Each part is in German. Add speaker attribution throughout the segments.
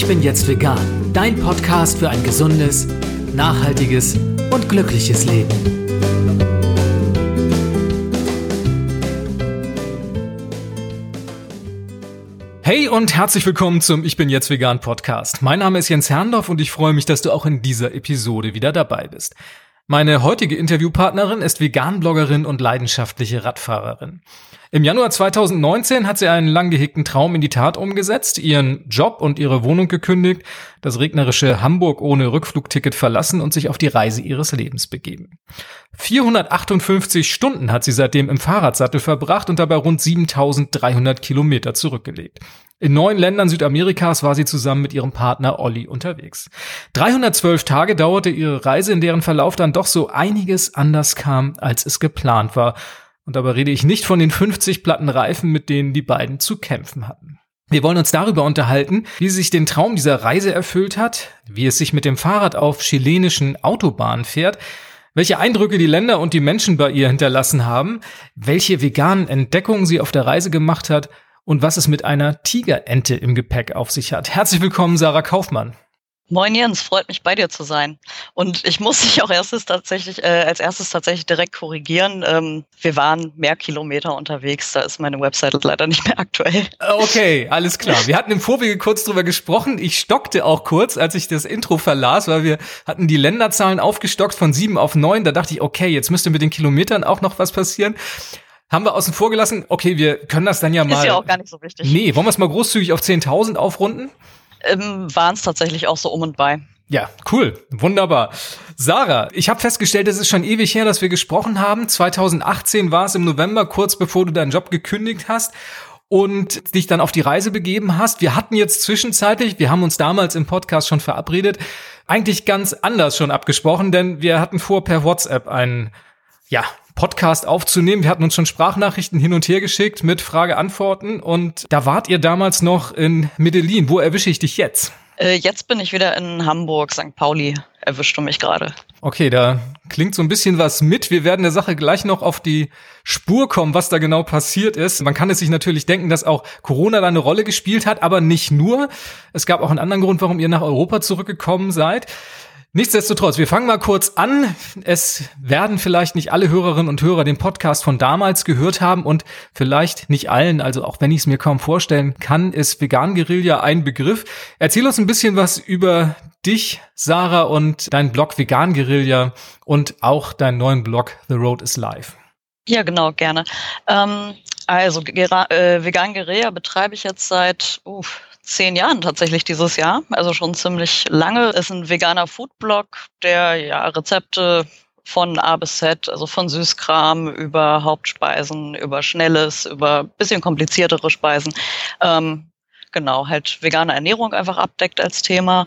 Speaker 1: bin jetzt vegan. Dein Podcast für ein gesundes, nachhaltiges und glückliches Leben. Hey und herzlich willkommen zum Ich bin jetzt vegan Podcast. Mein Name ist Jens Herrndorf und ich freue mich, dass du auch in dieser Episode wieder dabei bist. Meine heutige Interviewpartnerin ist Vegan-Bloggerin und leidenschaftliche Radfahrerin. Im Januar 2019 hat sie einen lang gehegten Traum in die Tat umgesetzt, ihren Job und ihre Wohnung gekündigt, das regnerische Hamburg ohne Rückflugticket verlassen und sich auf die Reise ihres Lebens begeben. 458 Stunden hat sie seitdem im Fahrradsattel verbracht und dabei rund 7.300 Kilometer zurückgelegt. In 9 Ländern Südamerikas war sie zusammen mit ihrem Partner Olli unterwegs. 312 Tage dauerte ihre Reise, in deren Verlauf dann doch so einiges anders kam, als es geplant war. Und dabei rede ich nicht von den 50 platten Reifen, mit denen die beiden zu kämpfen hatten. Wir wollen uns darüber unterhalten, wie sie sich den Traum dieser Reise erfüllt hat, wie es sich mit dem Fahrrad auf chilenischen Autobahnen fährt, welche Eindrücke die Länder und die Menschen bei ihr hinterlassen haben, welche veganen Entdeckungen sie auf der Reise gemacht hat und was es mit einer Tigerente im Gepäck auf sich hat. Herzlich willkommen, Sarah Kaufmann.
Speaker 2: Moin Jens, freut mich bei dir zu sein. Und ich muss dich auch als erstes tatsächlich direkt korrigieren. Wir waren mehr Kilometer unterwegs, da ist meine Webseite leider nicht mehr aktuell.
Speaker 1: Okay, alles klar. Wir hatten im Vorwege kurz drüber gesprochen. Ich stockte auch kurz, als ich das Intro verlas, weil wir hatten die Länderzahlen aufgestockt von 7 auf 9. Da dachte ich, okay, jetzt müsste mit den Kilometern auch noch was passieren. Haben wir außen vor gelassen. Okay, wir können das dann ja mal.
Speaker 2: Ist ja auch gar nicht so wichtig.
Speaker 1: Nee, wollen wir es mal großzügig auf 10.000 aufrunden?
Speaker 2: Waren es tatsächlich auch so um und bei.
Speaker 1: Ja, cool, wunderbar. Sarah, ich habe festgestellt, es ist schon ewig her, dass wir gesprochen haben. 2018 war es im November, kurz bevor du deinen Job gekündigt hast und dich dann auf die Reise begeben hast. Wir hatten jetzt zwischenzeitlich, wir haben uns damals im Podcast schon verabredet, eigentlich ganz anders schon abgesprochen, denn wir hatten vor, per WhatsApp einen Podcast aufzunehmen. Wir hatten uns schon Sprachnachrichten hin und her geschickt mit Frage-Antworten und da wart ihr damals noch in Medellin. Wo erwische ich dich jetzt?
Speaker 2: Jetzt bin ich wieder in Hamburg, St. Pauli erwischst du mich gerade.
Speaker 1: Okay, da klingt so ein bisschen was mit. Wir werden der Sache gleich noch auf die Spur kommen, was da genau passiert ist. Man kann es sich natürlich denken, dass auch Corona da eine Rolle gespielt hat, aber nicht nur. Es gab auch einen anderen Grund, warum ihr nach Europa zurückgekommen seid. Nichtsdestotrotz, wir fangen mal kurz an. Es werden vielleicht nicht alle Hörerinnen und Hörer den Podcast von damals gehört haben und vielleicht nicht allen, also auch wenn ich es mir kaum vorstellen kann, ist Vegan Guerilla ein Begriff. Erzähl uns ein bisschen was über dich, Sarah, und deinen Blog Vegan Guerilla und auch deinen neuen Blog The Road is Life.
Speaker 2: Ja, genau, gerne. Vegan Guerilla betreibe ich jetzt seit 10 Jahren tatsächlich dieses Jahr, also schon ziemlich lange. Ist ein veganer Foodblog, der Rezepte von A bis Z, also von Süßkram über Hauptspeisen, über Schnelles, über bisschen kompliziertere Speisen, halt vegane Ernährung einfach abdeckt als Thema.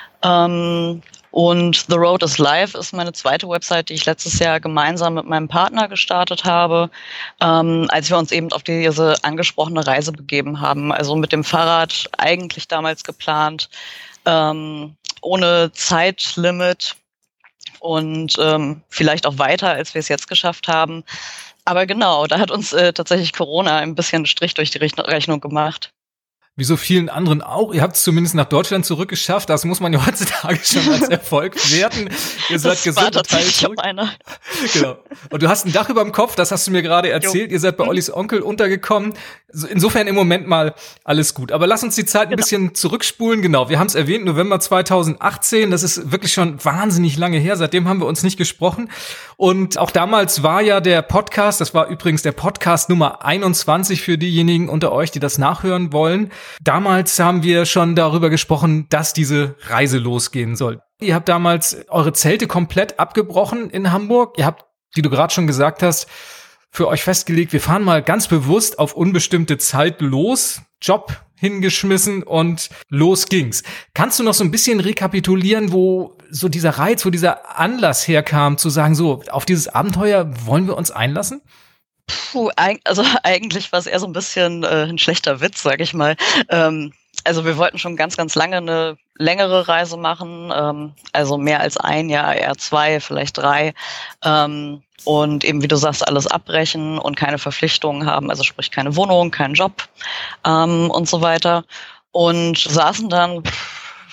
Speaker 2: Und The Road is Life ist meine zweite Website, die ich letztes Jahr gemeinsam mit meinem Partner gestartet habe, als wir uns eben auf diese angesprochene Reise begeben haben. Also mit dem Fahrrad eigentlich damals geplant, ohne Zeitlimit und vielleicht auch weiter, als wir es jetzt geschafft haben. Aber genau, da hat uns tatsächlich Corona ein bisschen Strich durch die Rechnung gemacht.
Speaker 1: Wie so vielen anderen auch. Ihr habt es zumindest nach Deutschland zurückgeschafft. Das muss man ja heutzutage schon als Erfolg werten. Ihr seid gesund und heil zurück. Genau. Und du hast ein Dach über dem Kopf, das hast du mir gerade erzählt. Ihr seid bei Ollis Onkel untergekommen. Insofern im Moment mal alles gut. Aber lass uns die Zeit ein bisschen zurückspulen. Genau, wir haben es erwähnt, November 2018. Das ist wirklich schon wahnsinnig lange her. Seitdem haben wir uns nicht gesprochen. Und auch damals war ja der Podcast, das war übrigens der Podcast Nummer 21 für diejenigen unter euch, die das nachhören wollen. Damals haben wir schon darüber gesprochen, dass diese Reise losgehen soll. Ihr habt damals eure Zelte komplett abgebrochen in Hamburg. Ihr habt, wie du gerade schon gesagt hast, für euch festgelegt, wir fahren mal ganz bewusst auf unbestimmte Zeit los, Job hingeschmissen und los ging's. Kannst du noch so ein bisschen rekapitulieren, wo so dieser Reiz, wo dieser Anlass herkam, zu sagen, so, auf dieses Abenteuer wollen wir uns einlassen?
Speaker 2: Also eigentlich war es eher so ein bisschen ein schlechter Witz, sag ich mal. Also wir wollten schon ganz, ganz lange eine längere Reise machen, also mehr als ein Jahr, eher 2, vielleicht 3. Und eben, wie du sagst, alles abbrechen und keine Verpflichtungen haben, also sprich keine Wohnung, keinen Job und so weiter. Und saßen dann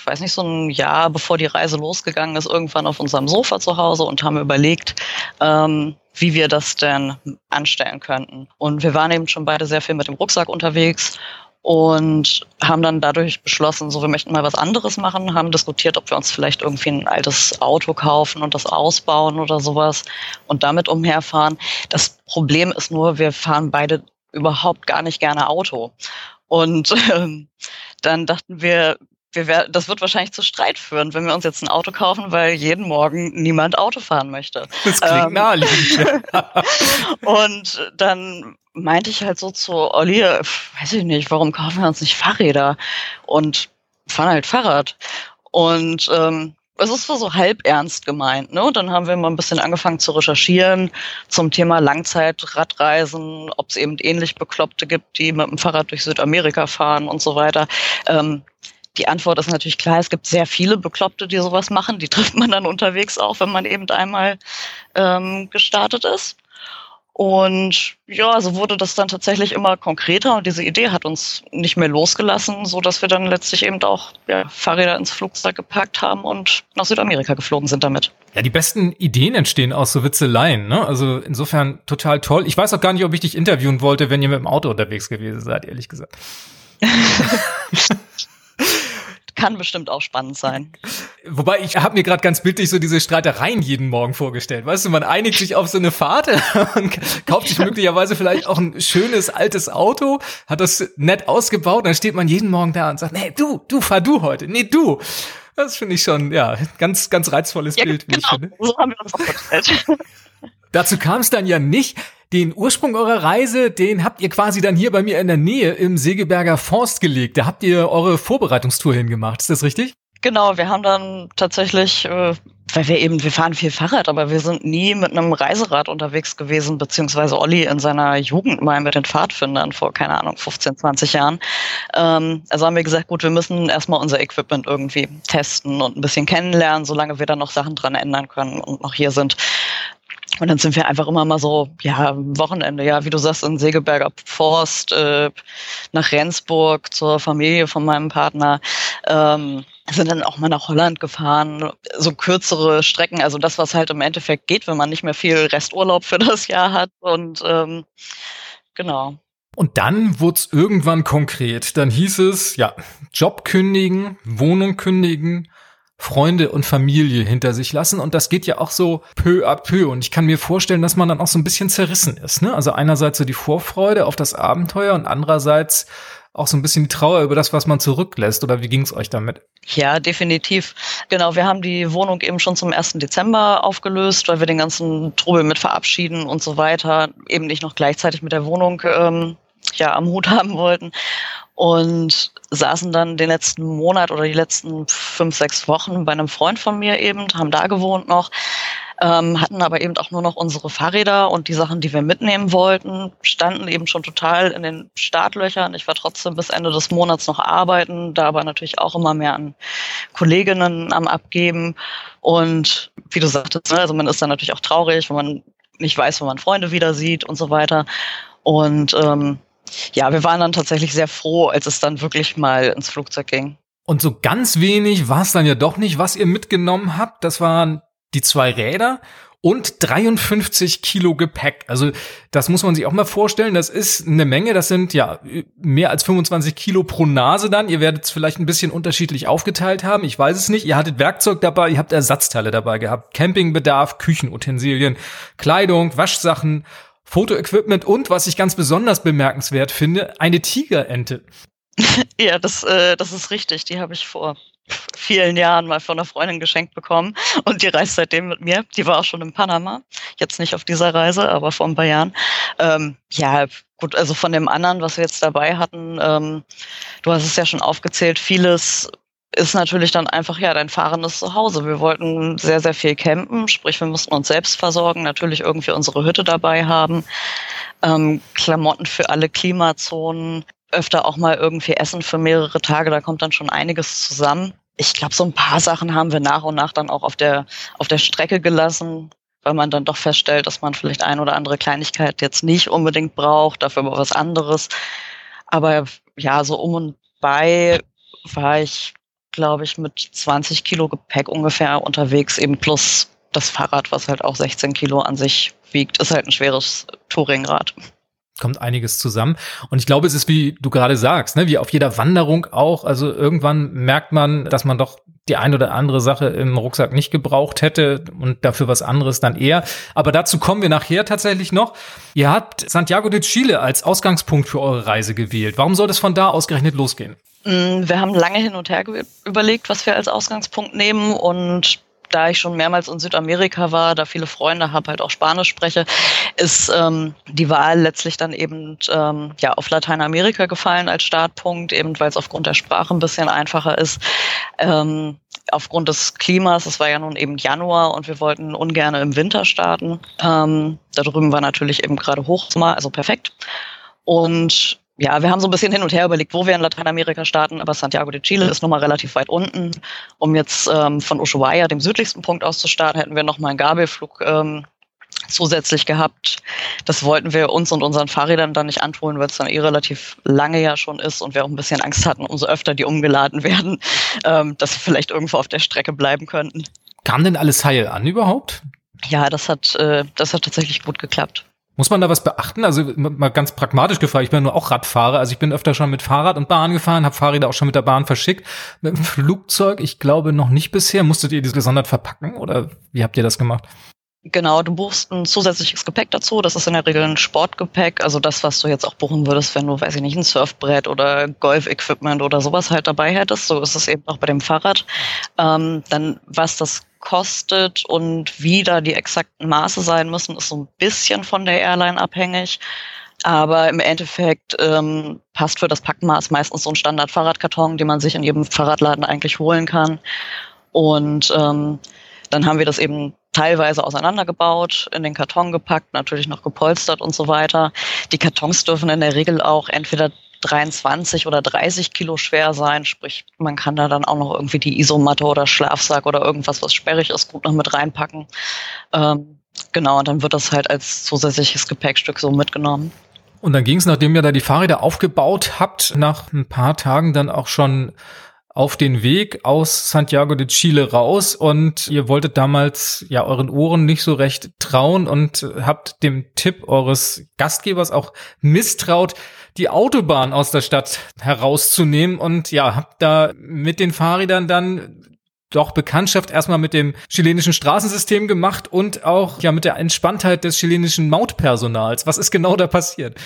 Speaker 2: weiß nicht, so ein Jahr bevor die Reise losgegangen ist, irgendwann auf unserem Sofa zu Hause und haben überlegt, wie wir das denn anstellen könnten. Und wir waren eben schon beide sehr viel mit dem Rucksack unterwegs und haben dann dadurch beschlossen, so wir möchten mal was anderes machen, haben diskutiert, ob wir uns vielleicht irgendwie ein altes Auto kaufen und das ausbauen oder sowas und damit umherfahren. Das Problem ist nur, wir fahren beide überhaupt gar nicht gerne Auto. Und dann dachten wir, das wird wahrscheinlich zu Streit führen, wenn wir uns jetzt ein Auto kaufen, weil jeden Morgen niemand Auto fahren möchte.
Speaker 1: Das klingt naheliegend.
Speaker 2: Und dann meinte ich halt so zu Olli, weiß ich nicht, warum kaufen wir uns nicht Fahrräder und fahren halt Fahrrad. Und es ist so halb ernst gemeint, ne? Dann haben wir mal ein bisschen angefangen zu recherchieren zum Thema Langzeitradreisen, ob es eben ähnlich Bekloppte gibt, die mit dem Fahrrad durch Südamerika fahren und so weiter. Die Antwort ist natürlich klar, es gibt sehr viele Bekloppte, die sowas machen. Die trifft man dann unterwegs auch, wenn man eben einmal gestartet ist. Und ja, so wurde das dann tatsächlich immer konkreter und diese Idee hat uns nicht mehr losgelassen, so dass wir dann letztlich eben auch Fahrräder ins Flugzeug gepackt haben und nach Südamerika geflogen sind damit.
Speaker 1: Ja, die besten Ideen entstehen aus so Witzeleien, ne? Also insofern total toll. Ich weiß auch gar nicht, ob ich dich interviewen wollte, wenn ihr mit dem Auto unterwegs gewesen seid, ehrlich gesagt.
Speaker 2: Kann bestimmt auch spannend sein.
Speaker 1: Wobei, ich habe mir gerade ganz bildlich so diese Streitereien jeden Morgen vorgestellt. Weißt du, man einigt sich auf so eine Fahrt und kauft sich möglicherweise vielleicht auch ein schönes altes Auto, hat das nett ausgebaut, dann steht man jeden Morgen da und sagt, nee, du, fahr du heute, nee, du. Das finde ich schon, ganz, ganz reizvolles Bild, wie
Speaker 2: genau.
Speaker 1: ich finde.
Speaker 2: So haben wir uns auch vorgestellt.
Speaker 1: Dazu kam es dann ja nicht. Den Ursprung eurer Reise, den habt ihr quasi dann hier bei mir in der Nähe im Segeberger Forst gelegt. Da habt ihr eure Vorbereitungstour hingemacht. Ist das richtig?
Speaker 2: Genau, wir haben dann tatsächlich, weil wir fahren viel Fahrrad, aber wir sind nie mit einem Reiserad unterwegs gewesen, beziehungsweise Olli in seiner Jugend mal mit den Pfadfindern vor, keine Ahnung, 15, 20 Jahren. Also haben wir gesagt, gut, wir müssen erstmal unser Equipment irgendwie testen und ein bisschen kennenlernen, solange wir dann noch Sachen dran ändern können und noch hier sind. Und dann sind wir einfach immer mal so, Wochenende, wie du sagst, in Segeberger Forst, nach Rendsburg zur Familie von meinem Partner, sind dann auch mal nach Holland gefahren, so kürzere Strecken, also das, was halt im Endeffekt geht, wenn man nicht mehr viel Resturlaub für das Jahr hat und genau.
Speaker 1: Und dann wurde es irgendwann konkret. Dann hieß es, Job kündigen, Wohnung kündigen, Freunde und Familie hinter sich lassen und das geht ja auch so peu à peu und ich kann mir vorstellen, dass man dann auch so ein bisschen zerrissen ist, ne? Also einerseits so die Vorfreude auf das Abenteuer und andererseits auch so ein bisschen die Trauer über das, was man zurücklässt oder wie ging es euch damit?
Speaker 2: Ja, definitiv. Genau, wir haben die Wohnung eben schon zum 1. Dezember aufgelöst, weil wir den ganzen Trubel mit verabschieden und so weiter eben nicht noch gleichzeitig mit der Wohnung am Hut haben wollten. Und saßen dann den letzten Monat oder die letzten 5, 6 Wochen bei einem Freund von mir eben, haben da gewohnt noch, hatten aber eben auch nur noch unsere Fahrräder und die Sachen, die wir mitnehmen wollten, standen eben schon total in den Startlöchern. Ich war trotzdem bis Ende des Monats noch arbeiten, da aber natürlich auch immer mehr an Kolleginnen am Abgeben. Und wie du sagtest, also man ist dann natürlich auch traurig, wenn man nicht weiß, wo man Freunde wieder sieht und so weiter. Und wir waren dann tatsächlich sehr froh, als es dann wirklich mal ins Flugzeug ging.
Speaker 1: Und so ganz wenig war es dann ja doch nicht, was ihr mitgenommen habt. Das waren die 2 Räder und 53 Kilo Gepäck. Also das muss man sich auch mal vorstellen. Das ist eine Menge. Das sind mehr als 25 Kilo pro Nase dann. Ihr werdet es vielleicht ein bisschen unterschiedlich aufgeteilt haben. Ich weiß es nicht. Ihr hattet Werkzeug dabei, ihr habt Ersatzteile dabei gehabt. Campingbedarf, Küchenutensilien, Kleidung, Waschsachen, Fotoequipment und, was ich ganz besonders bemerkenswert finde, eine Tigerente.
Speaker 2: Ja, das ist richtig. Die habe ich vor vielen Jahren mal von einer Freundin geschenkt bekommen und die reist seitdem mit mir. Die war auch schon in Panama. Jetzt nicht auf dieser Reise, aber vor ein paar Jahren. Gut, also von dem anderen, was wir jetzt dabei hatten, du hast es ja schon aufgezählt, vieles ist natürlich dann einfach, dein fahrendes Zuhause. Wir wollten sehr, sehr viel campen, sprich, wir mussten uns selbst versorgen, natürlich irgendwie unsere Hütte dabei haben, Klamotten für alle Klimazonen, öfter auch mal irgendwie Essen für mehrere Tage, da kommt dann schon einiges zusammen. Ich glaube, so ein paar Sachen haben wir nach und nach dann auch auf der Strecke gelassen, weil man dann doch feststellt, dass man vielleicht ein oder andere Kleinigkeit jetzt nicht unbedingt braucht, dafür aber was anderes. Aber so um und bei war ich, glaube ich, mit 20 Kilo Gepäck ungefähr unterwegs, eben plus das Fahrrad, was halt auch 16 Kilo an sich wiegt, ist halt ein schweres Touringrad.
Speaker 1: Kommt einiges zusammen. Und ich glaube, es ist, wie du gerade sagst, ne, wie auf jeder Wanderung auch. Also irgendwann merkt man, dass man doch die ein oder andere Sache im Rucksack nicht gebraucht hätte und dafür was anderes dann eher. Aber dazu kommen wir nachher tatsächlich noch. Ihr habt Santiago de Chile als Ausgangspunkt für eure Reise gewählt. Warum soll das von da ausgerechnet losgehen?
Speaker 2: Wir haben lange hin und her überlegt, was wir als Ausgangspunkt nehmen, und da ich schon mehrmals in Südamerika war, da viele Freunde habe, halt auch Spanisch spreche, ist die Wahl letztlich dann eben auf Lateinamerika gefallen als Startpunkt, eben weil es aufgrund der Sprache ein bisschen einfacher ist. Aufgrund des Klimas, es war ja nun eben Januar und wir wollten ungern im Winter starten. Da drüben war natürlich eben gerade Hochsommer, also perfekt. Und ja, wir haben so ein bisschen hin und her überlegt, wo wir in Lateinamerika starten, aber Santiago de Chile ist nochmal relativ weit unten. Um jetzt von Ushuaia, dem südlichsten Punkt aus zu starten, hätten wir nochmal einen Gabelflug zusätzlich gehabt. Das wollten wir uns und unseren Fahrrädern dann nicht antun, weil es dann relativ lange ja schon ist und wir auch ein bisschen Angst hatten, umso öfter die umgeladen werden, dass sie vielleicht irgendwo auf der Strecke bleiben könnten.
Speaker 1: Kam denn alles heil an überhaupt?
Speaker 2: Ja, das hat tatsächlich gut geklappt.
Speaker 1: Muss man da was beachten? Also mal ganz pragmatisch gefragt, ich bin nur auch Radfahrer, also ich bin öfter schon mit Fahrrad und Bahn gefahren, habe Fahrräder auch schon mit der Bahn verschickt. Mit dem Flugzeug, ich glaube noch nicht bisher. Musstet ihr das gesondert verpacken oder wie habt ihr das gemacht?
Speaker 2: Genau, du buchst ein zusätzliches Gepäck dazu. Das ist in der Regel ein Sportgepäck, also das, was du jetzt auch buchen würdest, wenn du, weiß ich nicht, ein Surfbrett oder Golf-Equipment oder sowas halt dabei hättest. So ist es eben auch bei dem Fahrrad. Dann, was das kostet und wie da die exakten Maße sein müssen, ist so ein bisschen von der Airline abhängig. Aber im Endeffekt passt für das Packmaß meistens so ein Standard-Fahrradkarton, den man sich in jedem Fahrradladen eigentlich holen kann. Und dann haben wir das eben teilweise auseinandergebaut, in den Karton gepackt, natürlich noch gepolstert und so weiter. Die Kartons dürfen in der Regel auch entweder 23 oder 30 Kilo schwer sein, sprich, man kann da dann auch noch irgendwie die Isomatte oder Schlafsack oder irgendwas, was sperrig ist, gut noch mit reinpacken. Genau, und dann wird das halt als zusätzliches Gepäckstück so mitgenommen.
Speaker 1: Und dann ging es, nachdem ihr da die Fahrräder aufgebaut habt, nach ein paar Tagen dann auch schon auf den Weg aus Santiago de Chile raus, und ihr wolltet damals ja euren Ohren nicht so recht trauen und habt dem Tipp eures Gastgebers auch misstraut, die Autobahn aus der Stadt herauszunehmen, und ja, habt da mit den Fahrrädern dann doch Bekanntschaft erstmal mit dem chilenischen Straßensystem gemacht und auch ja mit der Entspanntheit des chilenischen Mautpersonals. Was ist genau da passiert?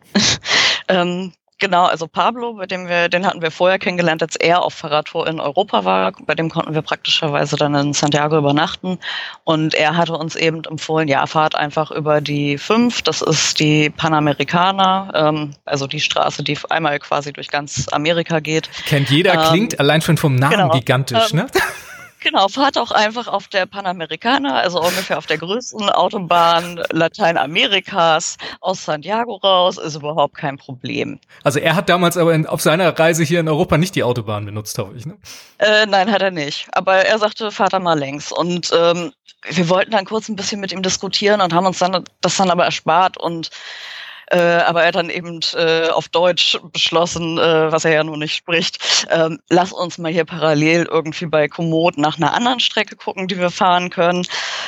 Speaker 2: Genau, also Pablo, den hatten wir vorher kennengelernt, als er auf Fahrradtour in Europa war. Bei dem konnten wir praktischerweise dann in Santiago übernachten. Und er hatte uns eben empfohlen, ja, fahrt einfach über die 5. Das ist die Panamericana, also die Straße, die einmal quasi durch ganz Amerika geht.
Speaker 1: Kennt jeder, klingt allein schon vom Namen genau, gigantisch, ne?
Speaker 2: Genau, fahrt auch einfach auf der Panamericana, also ungefähr auf der größten Autobahn Lateinamerikas aus Santiago raus, ist überhaupt kein Problem.
Speaker 1: Also er hat damals aber auf seiner Reise hier in Europa nicht die Autobahn benutzt, hoffe ich, ne?
Speaker 2: Nein, hat er nicht. Aber er sagte, fahrt da mal längs. Und wir wollten dann kurz ein bisschen mit ihm diskutieren und haben uns das dann aber erspart, und aber er hat dann eben auf Deutsch beschlossen, was er ja nun nicht spricht, lass uns mal hier parallel irgendwie bei Komoot nach einer anderen Strecke gucken, die wir fahren können.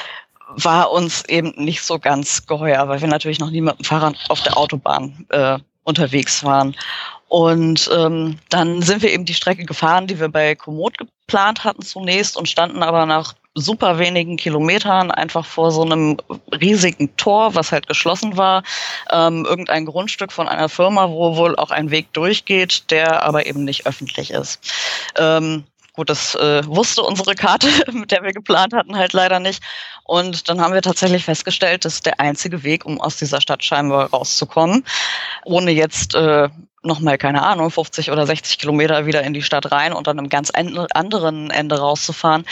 Speaker 2: War uns eben nicht so ganz geheuer, weil wir natürlich noch nie mit dem Fahrrad auf der Autobahn unterwegs waren. Und dann sind wir eben die Strecke gefahren, die wir bei Komoot geplant hatten zunächst, und standen aber nach super wenigen Kilometern einfach vor so einem riesigen Tor, was halt geschlossen war. Irgendein Grundstück von einer Firma, wo wohl auch ein Weg durchgeht, der aber eben nicht öffentlich ist. Gut, das wusste unsere Karte, mit der wir geplant hatten, halt leider nicht. Und dann haben wir tatsächlich festgestellt, das ist der einzige Weg, um aus dieser Stadt scheinbar rauszukommen, ohne jetzt nochmal, keine Ahnung, 50 oder 60 Kilometer wieder in die Stadt rein und dann am ganz anderen Ende rauszufahren,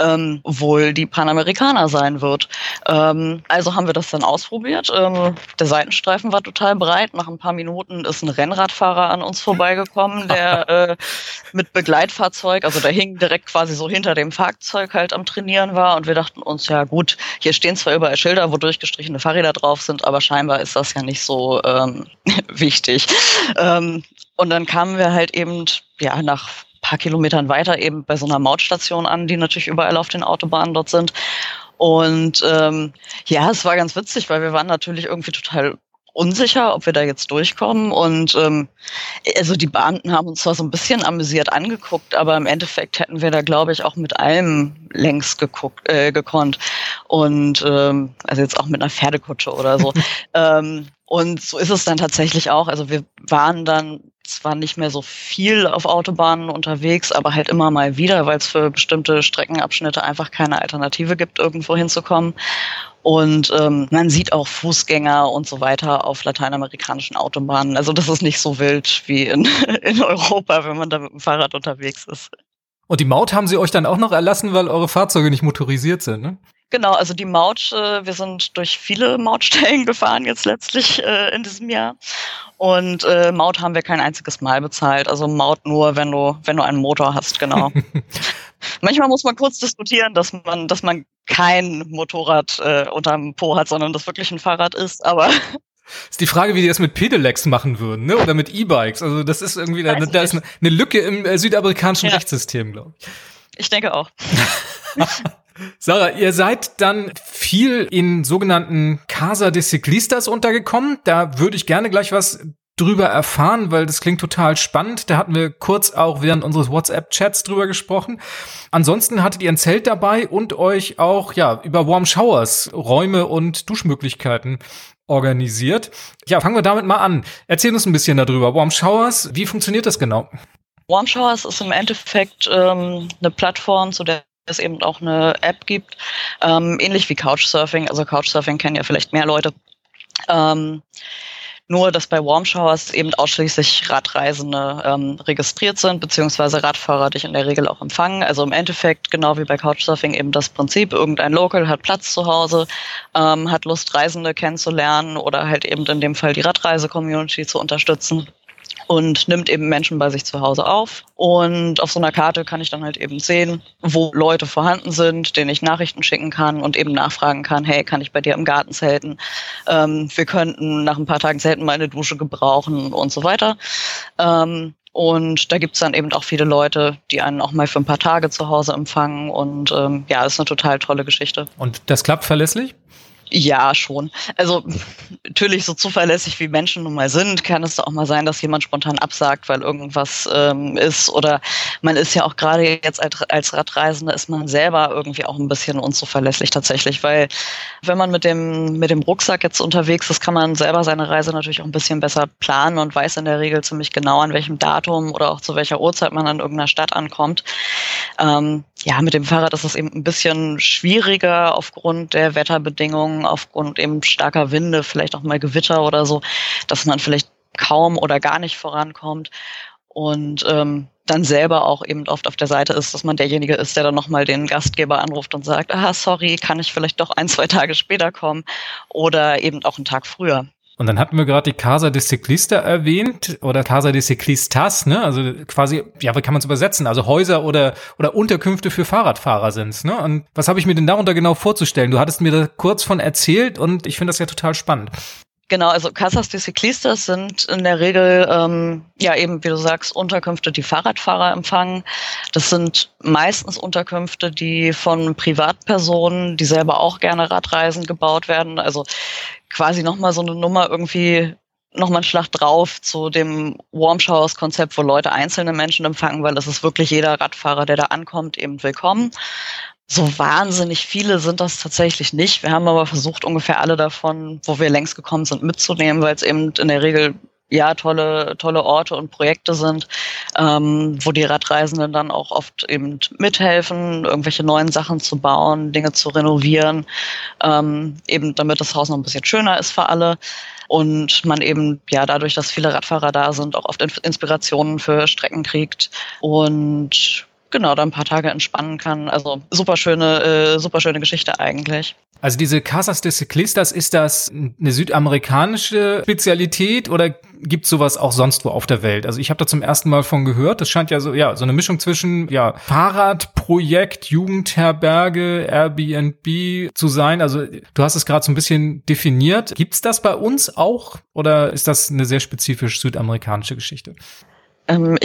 Speaker 2: wohl die Panamericana sein wird. Also haben wir das dann ausprobiert. Der Seitenstreifen war total breit. Nach ein paar Minuten ist ein Rennradfahrer an uns vorbeigekommen, der mit Begleitfahrzeug, also der hing direkt quasi so hinter dem Fahrzeug halt am Trainieren war, und wir dachten uns, ja gut, hier stehen zwar überall Schilder, wo durchgestrichene Fahrräder drauf sind, aber scheinbar ist das ja nicht so wichtig. Und dann kamen wir halt eben, ja, nach paar Kilometern weiter eben bei so einer Mautstation an, die natürlich überall auf den Autobahnen dort sind. Und es war ganz witzig, weil wir waren natürlich irgendwie total unsicher, ob wir da jetzt durchkommen. Und also die Beamten haben uns zwar so ein bisschen amüsiert angeguckt, aber im Endeffekt hätten wir da, glaube ich, auch mit allem längs gekonnt. Und also jetzt auch mit einer Pferdekutsche oder so. Und so ist es dann tatsächlich auch. Also wir waren dann zwar nicht mehr so viel auf Autobahnen unterwegs, aber halt immer mal wieder, weil es für bestimmte Streckenabschnitte einfach keine Alternative gibt, irgendwo hinzukommen. Und man sieht auch Fußgänger und so weiter auf lateinamerikanischen Autobahnen. Also das ist nicht so wild wie in Europa, wenn man da mit dem Fahrrad unterwegs ist.
Speaker 1: Und die Maut haben sie euch dann auch noch erlassen, weil eure Fahrzeuge nicht motorisiert sind, ne?
Speaker 2: Genau, also die Maut, wir sind durch viele Mautstellen gefahren jetzt letztlich in diesem Jahr. Und Maut haben wir kein einziges Mal bezahlt. Also Maut nur, wenn du einen Motor hast, genau. Manchmal muss man kurz diskutieren, dass man kein Motorrad unterm Po hat, sondern das wirklich ein Fahrrad ist, aber
Speaker 1: ist die Frage, wie die das mit Pedelecs machen würden, ne? Oder mit E-Bikes. Also das ist irgendwie, da ist eine Lücke im südamerikanischen Rechtssystem, glaube ich.
Speaker 2: Ich denke auch.
Speaker 1: Sarah, ihr seid dann viel in sogenannten Casa de Ciclistas untergekommen. Da würde ich gerne gleich was drüber erfahren, weil das klingt total spannend. Da hatten wir kurz auch während unseres WhatsApp-Chats drüber gesprochen. Ansonsten hattet ihr ein Zelt dabei und euch auch über Warm Showers Räume und Duschmöglichkeiten organisiert. Ja, fangen wir damit mal an. Erzähl uns ein bisschen darüber. Warm Showers, wie funktioniert das genau?
Speaker 2: Warm Showers ist im Endeffekt eine Plattform, zu der es eben auch eine App gibt, ähnlich wie Couchsurfing. Also Couchsurfing kennen ja vielleicht mehr Leute. Nur, dass bei Warm Showers eben ausschließlich Radreisende registriert sind, beziehungsweise Radfahrer dich in der Regel auch empfangen. Also im Endeffekt, genau wie bei Couchsurfing, eben das Prinzip, irgendein Local hat Platz zu Hause, hat Lust, Reisende kennenzulernen oder halt eben in dem Fall die Radreise-Community zu unterstützen. Und nimmt eben Menschen bei sich zu Hause auf. Und auf so einer Karte kann ich dann halt eben sehen, wo Leute vorhanden sind, denen ich Nachrichten schicken kann und eben nachfragen kann, hey, kann ich bei dir im Garten zelten? Wir könnten nach ein paar Tagen Zelten mal eine Dusche gebrauchen und so weiter. Und da gibt's dann eben auch viele Leute, die einen auch mal für ein paar Tage zu Hause empfangen. Und ist eine total tolle Geschichte.
Speaker 1: Und das klappt verlässlich?
Speaker 2: Ja, schon. Also natürlich, so zuverlässig wie Menschen nun mal sind, kann es auch mal sein, dass jemand spontan absagt, weil irgendwas ist. Oder man ist ja auch gerade jetzt als Radreisender ist man selber irgendwie auch ein bisschen unzuverlässig tatsächlich, weil wenn man mit dem Rucksack jetzt unterwegs ist, kann man selber seine Reise natürlich auch ein bisschen besser planen und weiß in der Regel ziemlich genau, an welchem Datum oder auch zu welcher Uhrzeit man an irgendeiner Stadt ankommt. Mit dem Fahrrad ist es eben ein bisschen schwieriger aufgrund der Wetterbedingungen, aufgrund eben starker Winde, vielleicht auch mal Gewitter oder so, dass man vielleicht kaum oder gar nicht vorankommt und dann selber auch eben oft auf der Seite ist, dass man derjenige ist, der dann nochmal den Gastgeber anruft und sagt, sorry, kann ich vielleicht doch 1-2 Tage später kommen oder eben auch einen Tag früher.
Speaker 1: Und dann hatten wir gerade die Casa de Ciclista erwähnt oder Casa de Ciclistas, ne? Also quasi, wie kann man es übersetzen? Also Häuser oder Unterkünfte für Fahrradfahrer sind's, ne? Und was habe ich mir denn darunter genau vorzustellen? Du hattest mir da kurz von erzählt und ich finde das ja total spannend.
Speaker 2: Genau, also Casas de Ciclistas sind in der Regel, eben wie du sagst, Unterkünfte, die Fahrradfahrer empfangen. Das sind meistens Unterkünfte, die von Privatpersonen, die selber auch gerne Radreisen gebaut werden. Also quasi nochmal so eine Nummer irgendwie, nochmal ein Schlag drauf zu dem Warm Showers Konzept, wo Leute einzelne Menschen empfangen, weil es ist wirklich jeder Radfahrer, der da ankommt, eben willkommen. So wahnsinnig viele sind das tatsächlich nicht. Wir haben aber versucht, ungefähr alle davon, wo wir längst gekommen sind, mitzunehmen, weil es eben in der Regel tolle Orte und Projekte sind, wo die Radreisenden dann auch oft eben mithelfen, irgendwelche neuen Sachen zu bauen, Dinge zu renovieren, eben damit das Haus noch ein bisschen schöner ist für alle. Und man eben, dadurch, dass viele Radfahrer da sind, auch oft Inspirationen für Strecken kriegt und genau, da ein paar Tage entspannen kann. Also super schöne Geschichte eigentlich.
Speaker 1: Also diese Casas de Ciclistas, ist das eine südamerikanische Spezialität oder gibt's sowas auch sonst wo auf der Welt? Also ich habe da zum ersten Mal von gehört. Das scheint so eine Mischung zwischen Fahrradprojekt, Jugendherberge, Airbnb zu sein. Also du hast es gerade so ein bisschen definiert. Gibt's das bei uns auch oder ist das eine sehr spezifisch südamerikanische Geschichte?
Speaker 2: Ich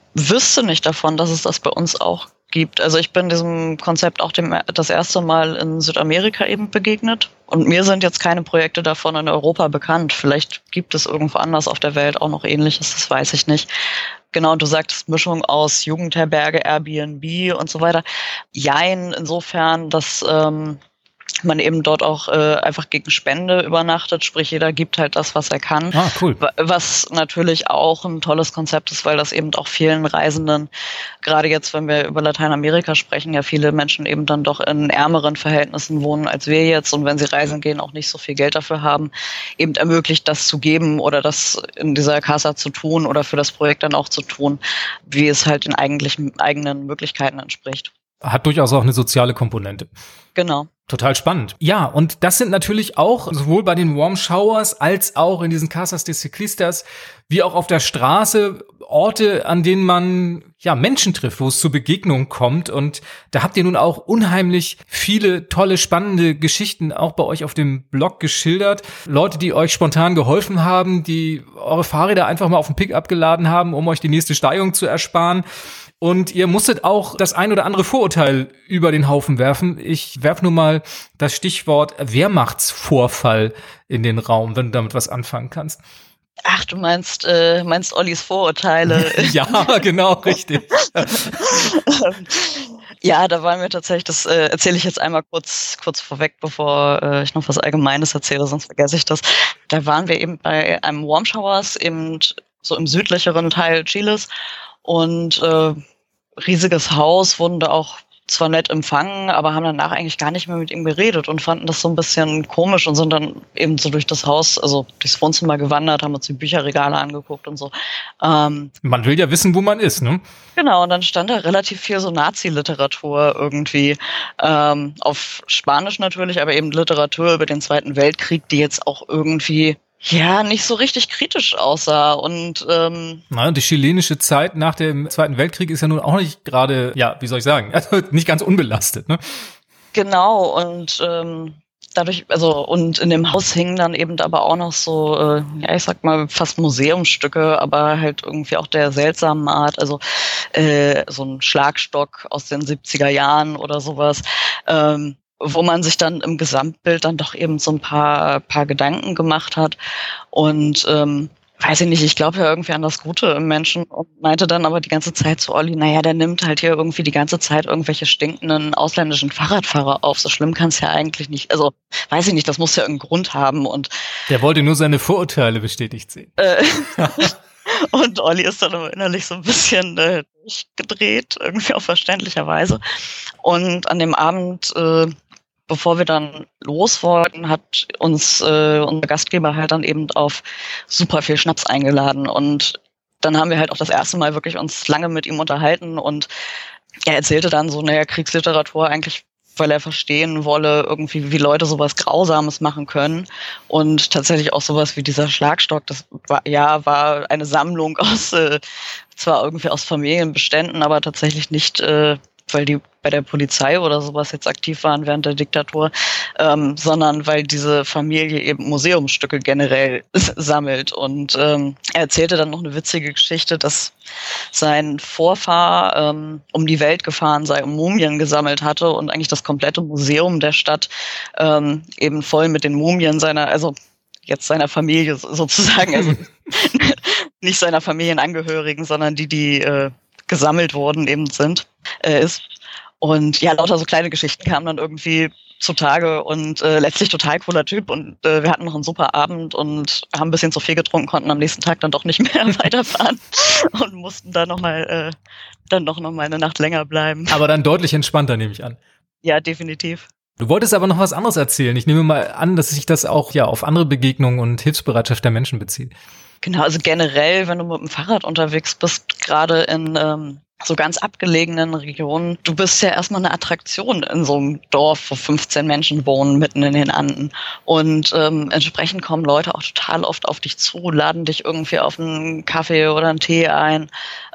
Speaker 2: wüsste nicht davon, dass es das bei uns auch gibt. Also ich bin diesem Konzept auch das erste Mal in Südamerika eben begegnet. Und mir sind jetzt keine Projekte davon in Europa bekannt. Vielleicht gibt es irgendwo anders auf der Welt auch noch Ähnliches, das weiß ich nicht. Genau, du sagtest Mischung aus Jugendherberge, Airbnb und so weiter. Jein, insofern, dass man eben dort auch einfach gegen Spende übernachtet, sprich jeder gibt halt das, was er kann.
Speaker 1: Ah, cool.
Speaker 2: Was natürlich auch ein tolles Konzept ist, weil das eben auch vielen Reisenden, gerade jetzt, wenn wir über Lateinamerika sprechen, ja viele Menschen eben dann doch in ärmeren Verhältnissen wohnen als wir jetzt und wenn sie reisen gehen, auch nicht so viel Geld dafür haben, eben ermöglicht, das zu geben oder das in dieser Casa zu tun oder für das Projekt dann auch zu tun, wie es halt den eigenen Möglichkeiten entspricht.
Speaker 1: Hat durchaus auch eine soziale Komponente.
Speaker 2: Genau.
Speaker 1: Total spannend. Ja, und das sind natürlich auch sowohl bei den Warm Showers als auch in diesen Casas de Ciclistas wie auch auf der Straße Orte, an denen man ja Menschen trifft, wo es zu Begegnungen kommt. Und da habt ihr nun auch unheimlich viele tolle, spannende Geschichten auch bei euch auf dem Blog geschildert. Leute, die euch spontan geholfen haben, die eure Fahrräder einfach mal auf den Pickup geladen haben, um euch die nächste Steigung zu ersparen. Und ihr musstet auch das ein oder andere Vorurteil über den Haufen werfen. Ich werfe nur mal das Stichwort Wehrmachtsvorfall in den Raum, wenn du damit was anfangen kannst.
Speaker 2: Ach, du meinst Ollis Vorurteile.
Speaker 1: Ja, genau, richtig.
Speaker 2: Ja, da waren wir tatsächlich, das erzähle ich jetzt einmal kurz vorweg, bevor ich noch was Allgemeines erzähle, sonst vergesse ich das. Da waren wir eben bei einem Warm Showers, eben so im südlicheren Teil Chiles und riesiges Haus, wurden da auch zwar nett empfangen, aber haben danach eigentlich gar nicht mehr mit ihm geredet und fanden das so ein bisschen komisch und sind dann eben so durch das Haus, also durchs Wohnzimmer gewandert, haben uns die Bücherregale angeguckt und so.
Speaker 1: Man will ja wissen, wo man ist, ne?
Speaker 2: Genau, und dann stand da relativ viel so Nazi-Literatur irgendwie, auf Spanisch natürlich, aber eben Literatur über den Zweiten Weltkrieg, die jetzt auch irgendwie ja nicht so richtig kritisch aussah und
Speaker 1: die chilenische Zeit nach dem Zweiten Weltkrieg ist ja nun auch nicht gerade, ja, wie soll ich sagen, also nicht ganz unbelastet, ne?
Speaker 2: Genau, und dadurch, also und in dem Haus hingen dann eben aber auch noch so, ja, ich sag mal fast Museumsstücke, aber halt irgendwie auch der seltsamen Art, also so ein Schlagstock aus den 70er Jahren oder sowas, wo man sich dann im Gesamtbild dann doch eben so ein paar Gedanken gemacht hat und weiß ich nicht, ich glaube ja irgendwie an das Gute im Menschen und meinte dann aber die ganze Zeit zu Olli, naja, der nimmt halt hier irgendwie die ganze Zeit irgendwelche stinkenden ausländischen Fahrradfahrer auf. So schlimm kann es ja eigentlich nicht. Also, weiß ich nicht, das muss ja irgendeinen Grund haben. Und
Speaker 1: der wollte nur seine Vorurteile bestätigt sehen.
Speaker 2: Und Olli ist dann aber innerlich so ein bisschen durchgedreht, irgendwie auf verständlicher Weise. Und an dem Abend, bevor wir dann los wollten, hat uns unser Gastgeber halt dann eben auf super viel Schnaps eingeladen. Und dann haben wir halt auch das erste Mal wirklich uns lange mit ihm unterhalten. Und er erzählte dann so, naja, Kriegsliteratur eigentlich, weil er verstehen wolle, irgendwie, wie Leute sowas Grausames machen können. Und tatsächlich auch sowas wie dieser Schlagstock, das war eine Sammlung aus, zwar irgendwie aus Familienbeständen, aber tatsächlich nicht, weil die bei der Polizei oder sowas jetzt aktiv waren während der Diktatur, sondern weil diese Familie eben Museumsstücke generell sammelt. Und er erzählte dann noch eine witzige Geschichte, dass sein Vorfahr um die Welt gefahren sei und Mumien gesammelt hatte und eigentlich das komplette Museum der Stadt eben voll mit den Mumien seiner Familie sozusagen, also nicht seiner Familienangehörigen, sondern die gesammelt worden eben ist. Und ja, lauter so kleine Geschichten kamen dann irgendwie zutage und letztlich total cooler Typ und wir hatten noch einen super Abend und haben ein bisschen zu viel getrunken, konnten am nächsten Tag dann doch nicht mehr weiterfahren und mussten dann noch mal eine Nacht länger bleiben.
Speaker 1: Aber dann deutlich entspannter, nehme ich an.
Speaker 2: Ja, definitiv.
Speaker 1: Du wolltest aber noch was anderes erzählen. Ich nehme mal an, dass sich das auch ja auf andere Begegnungen und Hilfsbereitschaft der Menschen bezieht.
Speaker 2: Genau, also generell, wenn du mit dem Fahrrad unterwegs bist, gerade in so ganz abgelegenen Regionen, du bist ja erstmal eine Attraktion in so einem Dorf, wo 15 Menschen wohnen, mitten in den Anden. Und entsprechend kommen Leute auch total oft auf dich zu, laden dich irgendwie auf einen Kaffee oder einen Tee ein,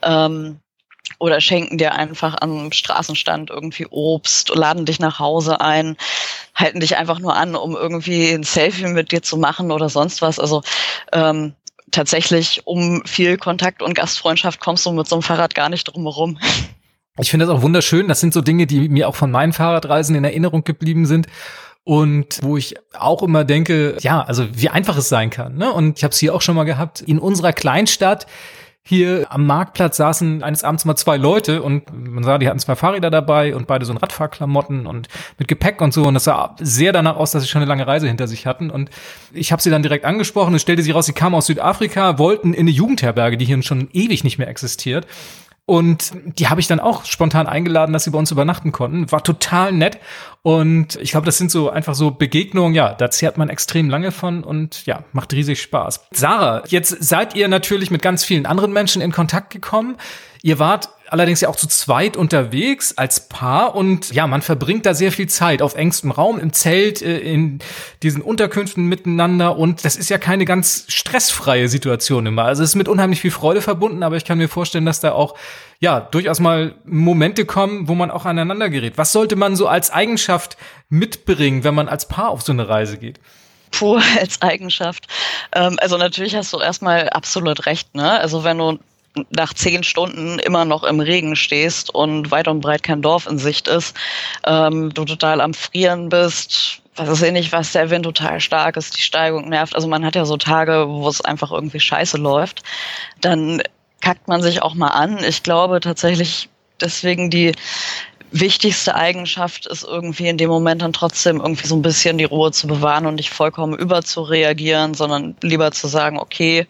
Speaker 2: oder schenken dir einfach am Straßenstand irgendwie Obst, laden dich nach Hause ein, halten dich einfach nur an, um irgendwie ein Selfie mit dir zu machen oder sonst was. Also tatsächlich um viel Kontakt und Gastfreundschaft kommst du mit so einem Fahrrad gar nicht drum herum.
Speaker 1: Ich finde das auch wunderschön. Das sind so Dinge, die mir auch von meinen Fahrradreisen in Erinnerung geblieben sind. Und wo ich auch immer denke, ja, also wie einfach es sein kann, ne? Und ich habe es hier auch schon mal gehabt, in unserer Kleinstadt hier am Marktplatz saßen eines Abends mal 2 Leute und man sah, die hatten 2 Fahrräder dabei und beide so in Radfahrklamotten und mit Gepäck und so. Und das sah sehr danach aus, dass sie schon eine lange Reise hinter sich hatten. Und ich habe sie dann direkt angesprochen. Es stellte sich raus, sie kamen aus Südafrika, wollten in eine Jugendherberge, die hier schon ewig nicht mehr existiert. Und die habe ich dann auch spontan eingeladen, dass sie bei uns übernachten konnten. War total nett. Und ich glaube, das sind so einfach so Begegnungen, ja, da zehrt man extrem lange von und ja, macht riesig Spaß. Sarah, jetzt seid ihr natürlich mit ganz vielen anderen Menschen in Kontakt gekommen. Ihr wart allerdings ja auch zu zweit unterwegs als Paar und ja, man verbringt da sehr viel Zeit auf engstem Raum, im Zelt, in diesen Unterkünften miteinander und das ist ja keine ganz stressfreie Situation immer. Also es ist mit unheimlich viel Freude verbunden, aber ich kann mir vorstellen, dass da auch ja durchaus mal Momente kommen, wo man auch aneinander gerät. Was sollte man so als Eigenschaft mitbringen, wenn man als Paar auf so eine Reise geht?
Speaker 2: Puh, als Eigenschaft. Also natürlich hast du erstmal absolut recht, ne? Also wenn du nach 10 Stunden immer noch im Regen stehst und weit und breit kein Dorf in Sicht ist, du total am Frieren bist, was weiß ich nicht, was, der Wind total stark ist, die Steigung nervt. Also man hat ja so Tage, wo es einfach irgendwie scheiße läuft. Dann kackt man sich auch mal an. Ich glaube tatsächlich, deswegen die wichtigste Eigenschaft ist irgendwie in dem Moment dann trotzdem irgendwie so ein bisschen die Ruhe zu bewahren und nicht vollkommen überzureagieren, sondern lieber zu sagen, okay,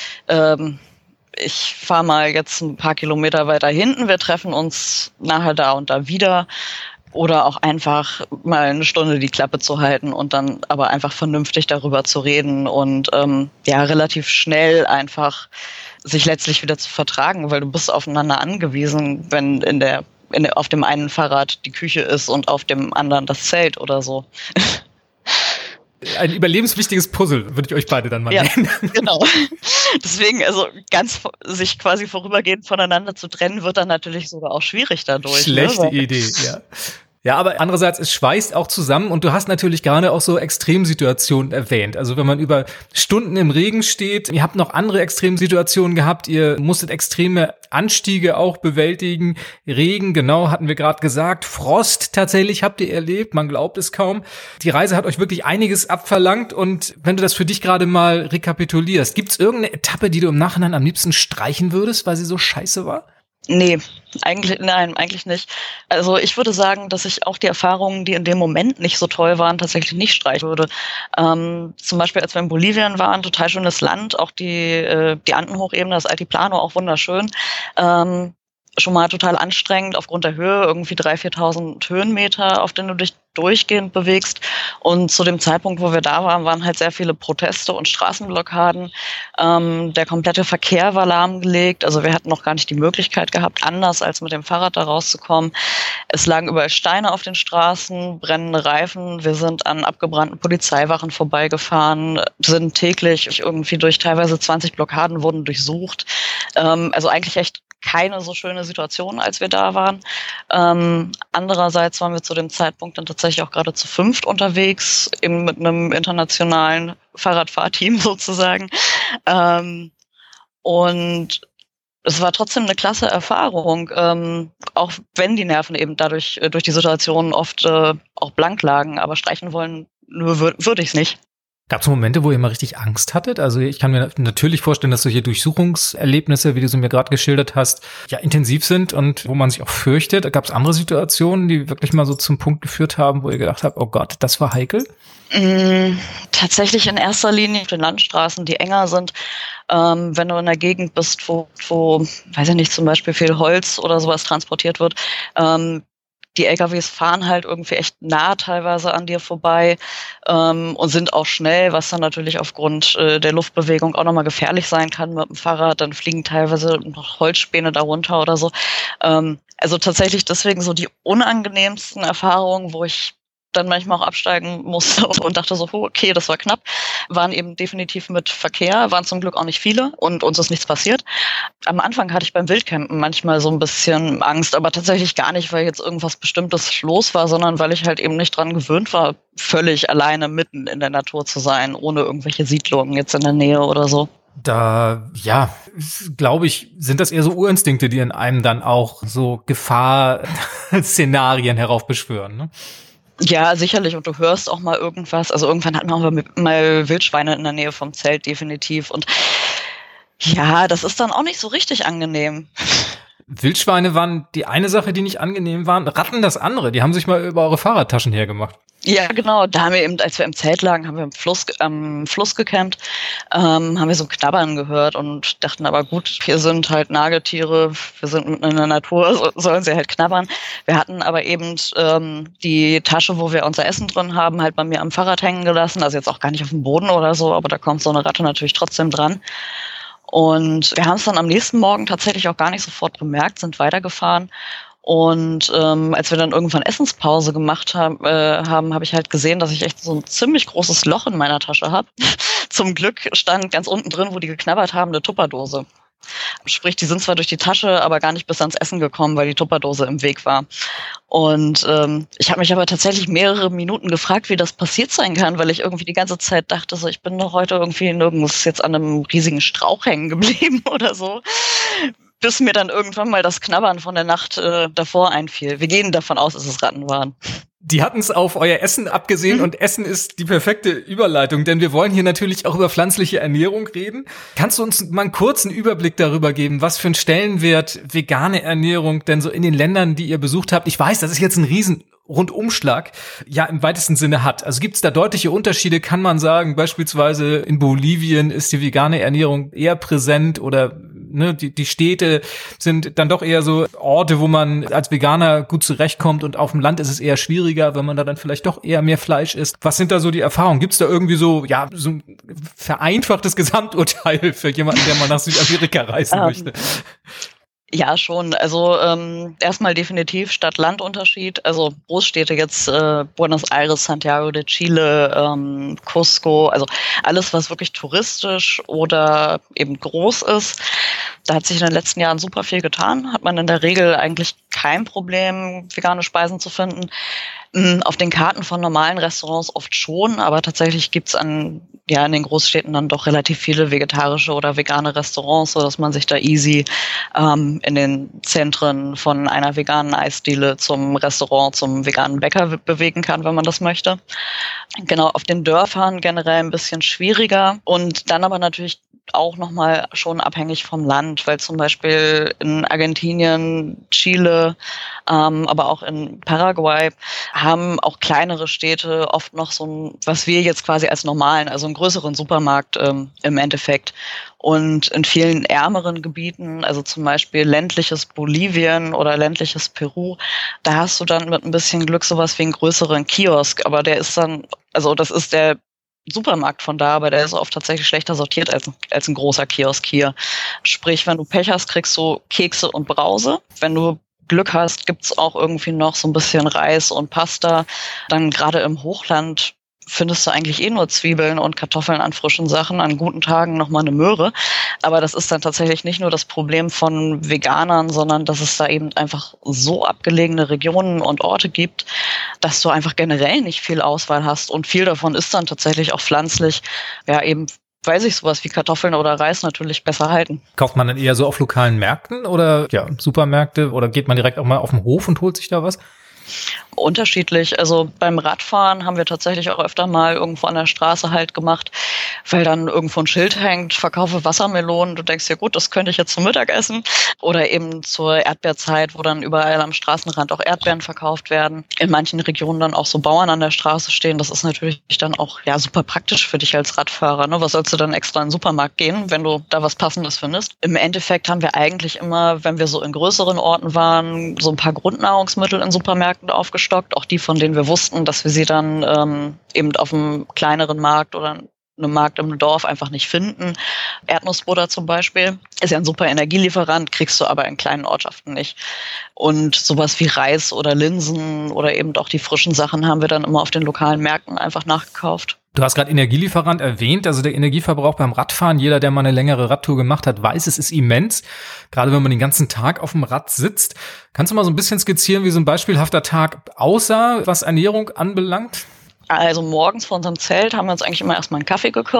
Speaker 2: ich fahre mal jetzt ein paar Kilometer weiter hinten, wir treffen uns nachher da und da wieder. Oder auch einfach mal eine Stunde die Klappe zu halten und dann aber einfach vernünftig darüber zu reden und ja, relativ schnell einfach sich letztlich wieder zu vertragen, weil du bist aufeinander angewiesen, wenn auf dem einen Fahrrad die Küche ist und auf dem anderen das Zelt oder so.
Speaker 1: Ein überlebenswichtiges Puzzle, würde ich euch beide dann mal nennen.
Speaker 2: Ja, genau. Deswegen, also sich quasi vorübergehend voneinander zu trennen, wird dann natürlich sogar auch schwierig dadurch.
Speaker 1: Schlechte Idee, ja. Ja, aber andererseits, es schweißt auch zusammen und du hast natürlich gerade auch so Extremsituationen erwähnt. Also wenn man über Stunden im Regen steht, ihr habt noch andere Extremsituationen gehabt, ihr musstet extreme Anstiege auch bewältigen. Regen, genau, hatten wir gerade gesagt. Frost tatsächlich habt ihr erlebt, man glaubt es kaum. Die Reise hat euch wirklich einiges abverlangt und wenn du das für dich gerade mal rekapitulierst, gibt's irgendeine Etappe, die du im Nachhinein am liebsten streichen würdest, weil sie so scheiße war?
Speaker 2: Nee, eigentlich nicht. Also ich würde sagen, dass ich auch die Erfahrungen, die in dem Moment nicht so toll waren, tatsächlich nicht streichen würde. Zum Beispiel, als wir in Bolivien waren, total schönes Land, auch die Andenhochebene, das Altiplano, auch wunderschön. Schon mal total anstrengend aufgrund der Höhe, irgendwie 3.000, 4.000 Höhenmeter, auf denen du dich durchgehend bewegst. Und zu dem Zeitpunkt, wo wir da waren, waren halt sehr viele Proteste und Straßenblockaden. Der komplette Verkehr war lahmgelegt. Also wir hatten noch gar nicht die Möglichkeit gehabt, anders als mit dem Fahrrad da rauszukommen. Es lagen überall Steine auf den Straßen, brennende Reifen. Wir sind an abgebrannten Polizeiwachen vorbeigefahren, sind täglich irgendwie durch teilweise 20 Blockaden wurden durchsucht. Also eigentlich echt keine so schöne Situation, als wir da waren. Andererseits waren wir zu dem Zeitpunkt dann tatsächlich auch gerade zu 5 unterwegs, eben mit einem internationalen Fahrradfahrteam sozusagen. Und es war trotzdem eine klasse Erfahrung, auch wenn die Nerven eben dadurch durch die Situation oft auch blank lagen, aber streichen wollen würde ich es nicht.
Speaker 1: Gab es Momente, wo ihr mal richtig Angst hattet? Also ich kann mir natürlich vorstellen, dass solche Durchsuchungserlebnisse, wie du sie mir gerade geschildert hast, ja intensiv sind und wo man sich auch fürchtet. Gab es andere Situationen, die wirklich mal so zum Punkt geführt haben, wo ihr gedacht habt, oh Gott, das war heikel?
Speaker 2: Tatsächlich in erster Linie auf den Landstraßen, die enger sind. Wenn du in der Gegend bist, wo weiß ich nicht, zum Beispiel viel Holz oder sowas transportiert wird, die LKWs fahren halt irgendwie echt nah teilweise an dir vorbei und sind auch schnell, was dann natürlich aufgrund der Luftbewegung auch nochmal gefährlich sein kann mit dem Fahrrad. Dann fliegen teilweise noch Holzspäne darunter oder so. Also tatsächlich deswegen so die unangenehmsten Erfahrungen, wo ich dann manchmal auch absteigen musste und dachte so, okay, das war knapp, waren eben definitiv mit Verkehr, waren zum Glück auch nicht viele und uns ist nichts passiert. Am Anfang hatte ich beim Wildcampen manchmal so ein bisschen Angst, aber tatsächlich gar nicht, weil jetzt irgendwas Bestimmtes los war, sondern weil ich halt eben nicht dran gewöhnt war, völlig alleine mitten in der Natur zu sein, ohne irgendwelche Siedlungen jetzt in der Nähe oder so.
Speaker 1: Da, ja, glaube ich, sind das eher so Urinstinkte, die in einem dann auch so Gefahrszenarien heraufbeschwören, ne?
Speaker 2: Ja, sicherlich. Und du hörst auch mal irgendwas. Also irgendwann hatten wir auch mal Wildschweine in der Nähe vom Zelt, definitiv. Und ja, das ist dann auch nicht so richtig angenehm.
Speaker 1: Wildschweine waren die eine Sache, die nicht angenehm waren. Ratten das andere. Die haben sich mal über eure Fahrradtaschen hergemacht.
Speaker 2: Ja, genau. Da haben wir eben, als wir im Zelt lagen, haben wir am Fluss gecampt, haben wir so Knabbern gehört und dachten aber gut, hier sind halt Nagetiere, wir sind mitten in der Natur, sollen sie halt knabbern. Wir hatten aber eben die Tasche, wo wir unser Essen drin haben, halt bei mir am Fahrrad hängen gelassen, also jetzt auch gar nicht auf dem Boden oder so, aber da kommt so eine Ratte natürlich trotzdem dran. Und wir haben es dann am nächsten Morgen tatsächlich auch gar nicht sofort bemerkt, sind weitergefahren. Und als wir dann irgendwann Essenspause gemacht habe ich halt gesehen, dass ich echt so ein ziemlich großes Loch in meiner Tasche habe. Zum Glück stand ganz unten drin, wo die geknabbert haben, eine Tupperdose. Sprich, die sind zwar durch die Tasche, aber gar nicht bis ans Essen gekommen, weil die Tupperdose im Weg war. Und ich habe mich aber tatsächlich mehrere Minuten gefragt, wie das passiert sein kann, weil ich irgendwie die ganze Zeit dachte, so, ich bin doch heute irgendwie nirgends jetzt an einem riesigen Strauch hängen geblieben oder so. Bis mir dann irgendwann mal das Knabbern von der Nacht davor einfiel. Wir gehen davon aus, dass es Ratten waren.
Speaker 1: Die hatten es auf euer Essen abgesehen und Essen ist die perfekte Überleitung, denn wir wollen hier natürlich auch über pflanzliche Ernährung reden. Kannst du uns mal einen kurzen Überblick darüber geben, was für einen Stellenwert vegane Ernährung denn so in den Ländern, die ihr besucht habt? Ich weiß, das ist jetzt ein Rundumschlag, ja, im weitesten Sinne hat. Also gibt es da deutliche Unterschiede? Kann man sagen, beispielsweise in Bolivien ist die vegane Ernährung eher präsent oder ne, die Städte sind dann doch eher so Orte, wo man als Veganer gut zurechtkommt und auf dem Land ist es eher schwieriger, wenn man da dann vielleicht doch eher mehr Fleisch isst. Was sind da so die Erfahrungen? Gibt es da irgendwie so, ja, so ein vereinfachtes Gesamturteil für jemanden, der mal nach Südamerika reisen möchte?
Speaker 2: Ja, schon. Also erstmal definitiv Stadt-Land-Unterschied. Also Großstädte jetzt Buenos Aires, Santiago de Chile, Cusco, also alles, was wirklich touristisch oder eben groß ist. Da hat sich in den letzten Jahren super viel getan. Hat man in der Regel eigentlich kein Problem, vegane Speisen zu finden. Auf den Karten von normalen Restaurants oft schon, aber tatsächlich gibt's in den Großstädten dann doch relativ viele vegetarische oder vegane Restaurants, sodass man sich da easy in den Zentren von einer veganen Eisdiele zum Restaurant, zum veganen Bäcker bewegen kann, wenn man das möchte. Genau, auf den Dörfern generell ein bisschen schwieriger und dann aber natürlich auch nochmal schon abhängig vom Land, weil zum Beispiel in Argentinien, Chile, aber auch in Paraguay haben auch kleinere Städte oft noch so ein, was wir jetzt quasi als normalen, also einen größeren Supermarkt im Endeffekt. Und in vielen ärmeren Gebieten, also zum Beispiel ländliches Bolivien oder ländliches Peru, da hast du dann mit ein bisschen Glück sowas wie einen größeren Kiosk, aber der ist dann, also das ist der Supermarkt von da, aber der ist oft tatsächlich schlechter sortiert als ein großer Kiosk hier. Sprich, wenn du Pech hast, kriegst du Kekse und Brause. Wenn du Glück hast, gibt's auch irgendwie noch so ein bisschen Reis und Pasta. Dann gerade im Hochland findest du eigentlich nur Zwiebeln und Kartoffeln an frischen Sachen, an guten Tagen nochmal eine Möhre. Aber das ist dann tatsächlich nicht nur das Problem von Veganern, sondern dass es da eben einfach so abgelegene Regionen und Orte gibt, dass du einfach generell nicht viel Auswahl hast. Und viel davon ist dann tatsächlich auch pflanzlich, ja eben, weil sich sowas wie Kartoffeln oder Reis natürlich besser halten.
Speaker 1: Kauft man dann eher so auf lokalen Märkten oder ja Supermärkte oder geht man direkt auch mal auf den Hof und holt sich da was?
Speaker 2: Unterschiedlich. Also beim Radfahren haben wir tatsächlich auch öfter mal irgendwo an der Straße halt gemacht, weil dann irgendwo ein Schild hängt, verkaufe Wassermelonen. Du denkst dir, gut, das könnte ich jetzt zum Mittag essen. Oder eben zur Erdbeerzeit, wo dann überall am Straßenrand auch Erdbeeren verkauft werden. In manchen Regionen dann auch so Bauern an der Straße stehen. Das ist natürlich dann auch ja super praktisch für dich als Radfahrer. Ne? Was sollst du dann extra in den Supermarkt gehen, wenn du da was Passendes findest? Im Endeffekt haben wir eigentlich immer, wenn wir so in größeren Orten waren, so ein paar Grundnahrungsmittel in Supermärkten aufgestockt. Auch die, von denen wir wussten, dass wir sie dann eben auf einem kleineren Markt oder einem Markt im Dorf einfach nicht finden. Erdnussbutter zum Beispiel ist ja ein super Energielieferant, kriegst du aber in kleinen Ortschaften nicht. Und sowas wie Reis oder Linsen oder eben auch die frischen Sachen haben wir dann immer auf den lokalen Märkten einfach nachgekauft.
Speaker 1: Du hast gerade Energielieferant erwähnt, also der Energieverbrauch beim Radfahren, jeder, der mal eine längere Radtour gemacht hat, weiß, es ist immens, gerade wenn man den ganzen Tag auf dem Rad sitzt. Kannst du mal so ein bisschen skizzieren, wie so ein beispielhafter Tag aussah, was Ernährung anbelangt?
Speaker 2: Also morgens vor unserem Zelt haben wir uns eigentlich immer erstmal einen Kaffee gekocht.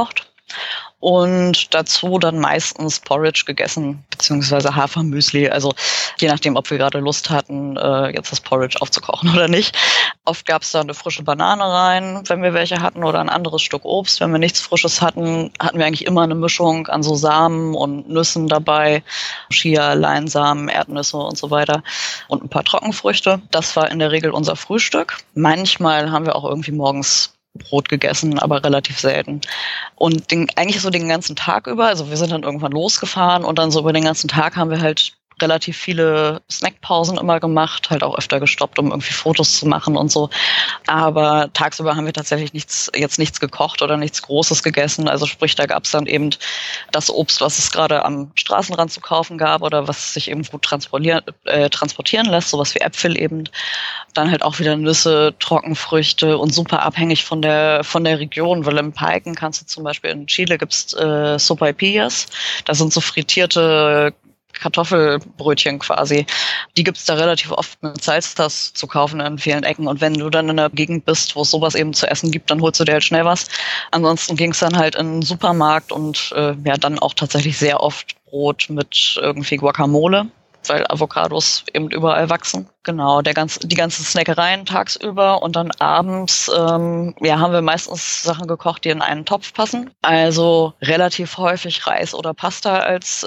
Speaker 2: und dazu dann meistens Porridge gegessen, beziehungsweise Hafermüsli. Also je nachdem, ob wir gerade Lust hatten, jetzt das Porridge aufzukochen oder nicht. Oft gab es da eine frische Banane rein, wenn wir welche hatten, oder ein anderes Stück Obst. Wenn wir nichts Frisches hatten, hatten wir eigentlich immer eine Mischung an so Samen und Nüssen dabei, Chia, Leinsamen, Erdnüsse und so weiter und ein paar Trockenfrüchte. Das war in der Regel unser Frühstück. Manchmal haben wir auch irgendwie morgens Brot gegessen, aber relativ selten. Und eigentlich so den ganzen Tag über, also wir sind dann irgendwann losgefahren und dann so über den ganzen Tag haben wir halt relativ viele Snackpausen immer gemacht, halt auch öfter gestoppt, um irgendwie Fotos zu machen und so. Aber tagsüber haben wir tatsächlich nichts gekocht oder nichts Großes gegessen. Also sprich, da gab es dann eben das Obst, was es gerade am Straßenrand zu kaufen gab oder was sich eben gut transportieren lässt, sowas wie Äpfel eben. Dann halt auch wieder Nüsse, Trockenfrüchte und super abhängig von der Region, weil im Piken kannst du zum Beispiel in Chile gibt's Sopaipillas. Das sind so frittierte Kartoffelbrötchen quasi. Die gibt's da relativ oft mit Salztas zu kaufen in vielen Ecken. Und wenn du dann in einer Gegend bist, wo es sowas eben zu essen gibt, dann holst du dir halt schnell was. Ansonsten ging's dann halt in den Supermarkt und dann auch tatsächlich sehr oft Brot mit irgendwie Guacamole, weil Avocados eben überall wachsen. Genau, die ganzen Snackereien tagsüber und dann abends haben wir meistens Sachen gekocht, die in einen Topf passen. Also relativ häufig Reis oder Pasta als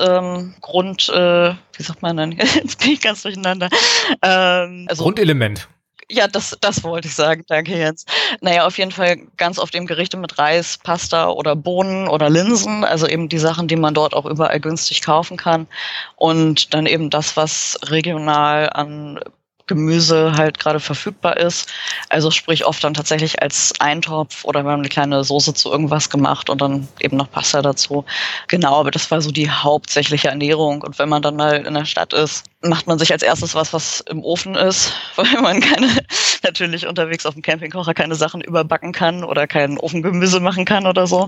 Speaker 2: wie sagt man denn? Jetzt bin ich ganz durcheinander.
Speaker 1: Grundelement.
Speaker 2: Ja, das wollte ich sagen. Danke, Jens. Naja, auf jeden Fall ganz oft eben Gerichte mit Reis, Pasta oder Bohnen oder Linsen. Also eben die Sachen, die man dort auch überall günstig kaufen kann. Und dann eben das, was regional an Gemüse halt gerade verfügbar ist. Also sprich oft dann tatsächlich als Eintopf oder wir haben eine kleine Soße zu irgendwas gemacht und dann eben noch Pasta dazu. Genau, aber das war so die hauptsächliche Ernährung. Und wenn man dann mal in der Stadt ist, macht man sich als erstes was im Ofen ist, weil man natürlich unterwegs auf dem Campingkocher keine Sachen überbacken kann oder kein Ofengemüse machen kann oder so.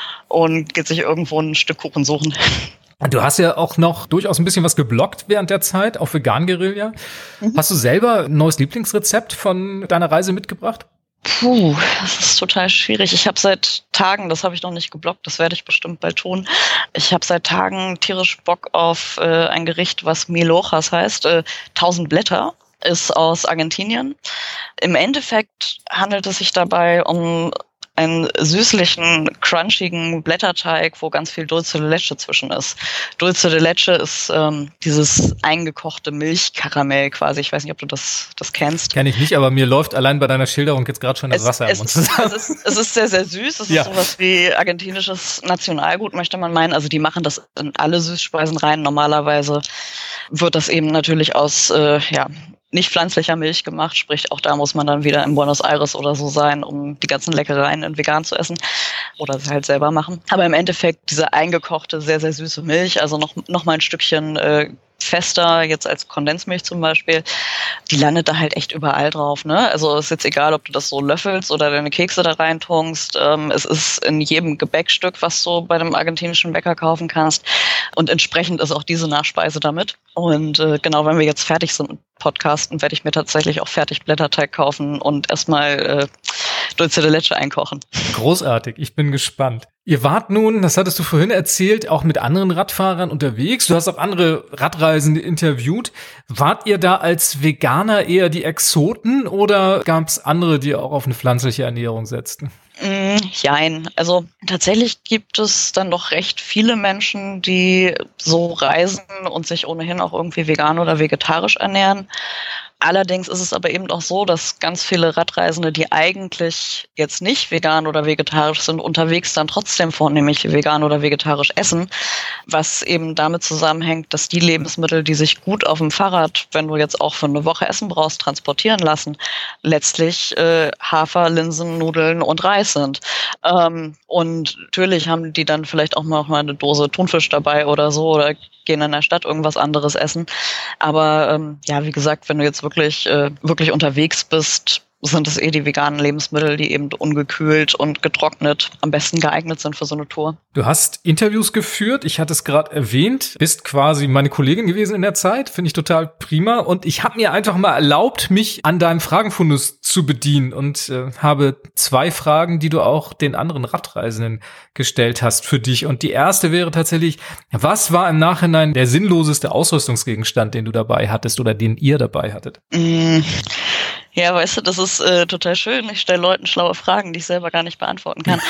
Speaker 2: Und geht sich irgendwo ein Stück Kuchen suchen.
Speaker 1: Du hast ja auch noch durchaus ein bisschen was gebloggt während der Zeit, auf Vegan-Guerilla. Hast du selber ein neues Lieblingsrezept von deiner Reise mitgebracht?
Speaker 2: Puh, das ist total schwierig. Ich habe seit Tagen, das habe ich noch nicht gebloggt, das werde ich bestimmt bald tun. Ich habe seit Tagen tierisch Bock auf ein Gericht, was Mil Hojas heißt, 1000 Blätter, ist aus Argentinien. Im Endeffekt handelt es sich dabei um einen süßlichen, crunchigen Blätterteig, wo ganz viel Dulce de Leche zwischen ist. Dulce de Leche ist dieses eingekochte Milchkaramell quasi. Ich weiß nicht, ob du das kennst.
Speaker 1: Kenn ich nicht, aber mir läuft allein bei deiner Schilderung jetzt gerade schon das Wasser im Mund zusammen.
Speaker 2: Es ist sehr, sehr süß. Es ist sowas wie argentinisches Nationalgut, möchte man meinen. Also die machen das in alle Süßspeisen rein. Normalerweise wird das eben natürlich aus nicht pflanzlicher Milch gemacht, sprich auch da muss man dann wieder in Buenos Aires oder so sein, um die ganzen Leckereien in vegan zu essen oder sie halt selber machen. Aber im Endeffekt diese eingekochte, sehr, sehr süße Milch, also noch mal ein Stückchen fester, jetzt als Kondensmilch zum Beispiel, die landet da halt echt überall drauf, ne? Also ist jetzt egal, ob du das so löffelst oder deine Kekse da reintunkst. Es ist in jedem Gebäckstück, was du bei einem argentinischen Bäcker kaufen kannst. Und entsprechend ist auch diese Nachspeise damit. Und genau, wenn wir jetzt fertig sind mit Podcasten, werde ich mir tatsächlich auch fertig Blätterteig kaufen und erstmal Dulce de Leche einkochen.
Speaker 1: Großartig, ich bin gespannt. Ihr wart nun, das hattest du vorhin erzählt, auch mit anderen Radfahrern unterwegs. Du hast auch andere Radreisende interviewt. Wart ihr da als Veganer eher die Exoten oder gab es andere, die auch auf eine pflanzliche Ernährung setzten?
Speaker 2: Jein. Also tatsächlich gibt es dann doch recht viele Menschen, die so reisen und sich ohnehin auch irgendwie vegan oder vegetarisch ernähren. Allerdings ist es aber eben auch so, dass ganz viele Radreisende, die eigentlich jetzt nicht vegan oder vegetarisch sind, unterwegs dann trotzdem vornehmlich vegan oder vegetarisch essen, was eben damit zusammenhängt, dass die Lebensmittel, die sich gut auf dem Fahrrad, wenn du jetzt auch für eine Woche Essen brauchst, transportieren lassen, letztlich Hafer, Linsen, Nudeln und Reis sind. Und natürlich haben die dann vielleicht auch mal eine Dose Thunfisch dabei oder so oder gehen in der Stadt irgendwas anderes essen. Aber wie gesagt, wenn du jetzt wirklich unterwegs bist, sind es die veganen Lebensmittel, die eben ungekühlt und getrocknet am besten geeignet sind für so eine Tour.
Speaker 1: Du hast Interviews geführt, ich hatte es gerade erwähnt, bist quasi meine Kollegin gewesen in der Zeit, finde ich total prima. Und ich habe mir einfach mal erlaubt, mich an deinem Fragenfundus zu bedienen und habe 2 Fragen, die du auch den anderen Radreisenden gestellt hast für dich. Und die erste wäre tatsächlich, was war im Nachhinein der sinnloseste Ausrüstungsgegenstand, den du dabei hattest oder den ihr dabei hattet?
Speaker 2: Ja, weißt du, das ist total schön. Ich stelle Leuten schlaue Fragen, die ich selber gar nicht beantworten kann.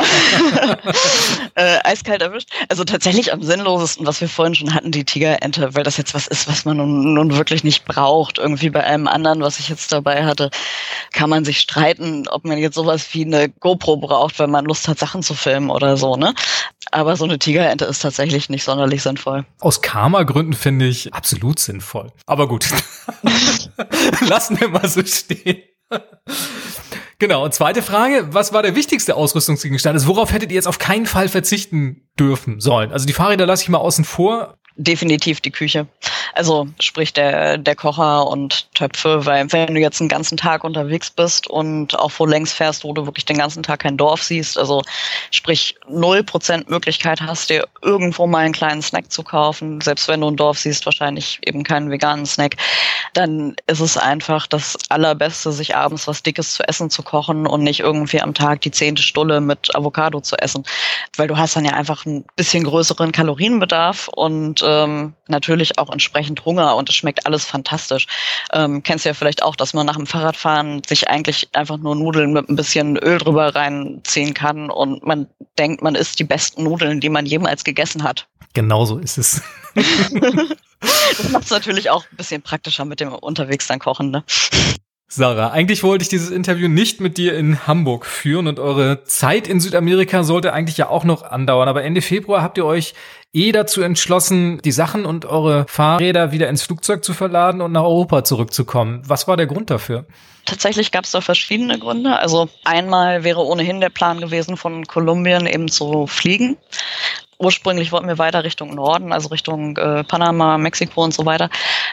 Speaker 2: Eiskalt erwischt. Also tatsächlich am sinnlosesten, was wir vorhin schon hatten, die Tigerente, weil das jetzt was ist, was man nun wirklich nicht braucht. Irgendwie bei einem anderen, was ich jetzt dabei hatte, kann man sich streiten, ob man jetzt sowas wie eine GoPro braucht, wenn man Lust hat, Sachen zu filmen oder so, ne? Aber so eine Tigerente ist tatsächlich nicht sonderlich sinnvoll.
Speaker 1: Aus Karma-Gründen finde ich absolut sinnvoll. Aber gut, lassen wir mal so stehen. Genau, und zweite Frage, was war der wichtigste Ausrüstungsgegenstand? Also worauf hättet ihr jetzt auf keinen Fall verzichten dürfen sollen? Also die Fahrräder lasse ich mal außen vor.
Speaker 2: Definitiv die Küche. Also sprich der Kocher und Töpfe, weil wenn du jetzt einen ganzen Tag unterwegs bist und auch wo längs fährst, wo du wirklich den ganzen Tag kein Dorf siehst, also sprich 0% Möglichkeit hast, dir irgendwo mal einen kleinen Snack zu kaufen, selbst wenn du ein Dorf siehst, wahrscheinlich eben keinen veganen Snack, dann ist es einfach das Allerbeste, sich abends was Dickes zu essen zu kochen und nicht irgendwie am Tag die 10. Stulle mit Avocado zu essen, weil du hast dann ja einfach ein bisschen größeren Kalorienbedarf und natürlich auch entsprechend Hunger und es schmeckt alles fantastisch. Kennst du ja vielleicht auch, dass man nach dem Fahrradfahren sich eigentlich einfach nur Nudeln mit ein bisschen Öl drüber reinziehen kann und man denkt, man isst die besten Nudeln, die man jemals gegessen hat.
Speaker 1: Genau so ist es.
Speaker 2: Das macht es natürlich auch ein bisschen praktischer mit dem unterwegs dann Kochen, ne?
Speaker 1: Sarah, eigentlich wollte ich dieses Interview nicht mit dir in Hamburg führen und eure Zeit in Südamerika sollte eigentlich ja auch noch andauern. Aber Ende Februar habt ihr euch dazu entschlossen, die Sachen und eure Fahrräder wieder ins Flugzeug zu verladen und nach Europa zurückzukommen. Was war der Grund dafür?
Speaker 2: Tatsächlich gab es da verschiedene Gründe. Also einmal wäre ohnehin der Plan gewesen, von Kolumbien eben zu fliegen. Ursprünglich wollten wir weiter Richtung Norden, also Richtung Panama, Mexiko und so weiter.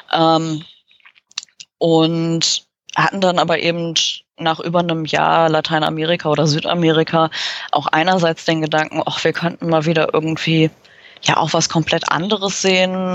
Speaker 2: Und hatten dann aber eben nach über einem Jahr Lateinamerika oder Südamerika auch einerseits den Gedanken, ach, wir könnten mal wieder irgendwie ja auch was komplett anderes sehen,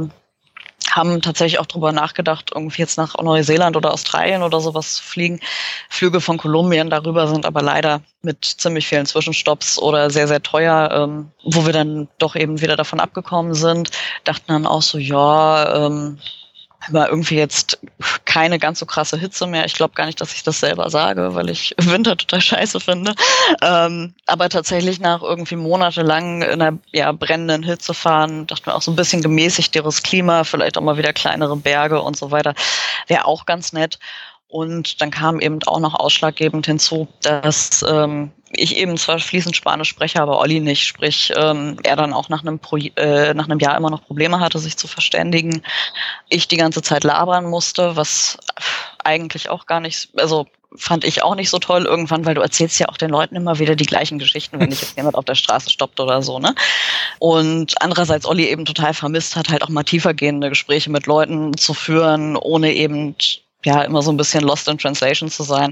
Speaker 2: haben tatsächlich auch drüber nachgedacht, irgendwie jetzt nach Neuseeland oder Australien oder sowas zu fliegen. Flüge von Kolumbien darüber sind aber leider mit ziemlich vielen Zwischenstopps oder sehr, sehr teuer, wo wir dann doch eben wieder davon abgekommen sind, dachten dann auch so, ja, aber irgendwie jetzt keine ganz so krasse Hitze mehr. Ich glaube gar nicht, dass ich das selber sage, weil ich Winter total scheiße finde. Aber tatsächlich nach irgendwie monatelang in einer brennenden Hitze fahren, dachten wir auch so ein bisschen gemäßigteres Klima, vielleicht auch mal wieder kleinere Berge und so weiter. Wäre auch ganz nett. Und dann kam eben auch noch ausschlaggebend hinzu, dass ich eben zwar fließend Spanisch spreche, aber Olli nicht. Sprich, er dann auch nach einem Jahr immer noch Probleme hatte, sich zu verständigen. Ich die ganze Zeit labern musste, was eigentlich auch gar nicht, also fand ich auch nicht so toll irgendwann, weil du erzählst ja auch den Leuten immer wieder die gleichen Geschichten, wenn dich jetzt jemand auf der Straße stoppt oder so, ne? Und andererseits Olli eben total vermisst hat, halt auch mal tiefergehende Gespräche mit Leuten zu führen, ohne eben ja immer so ein bisschen lost in translation zu sein.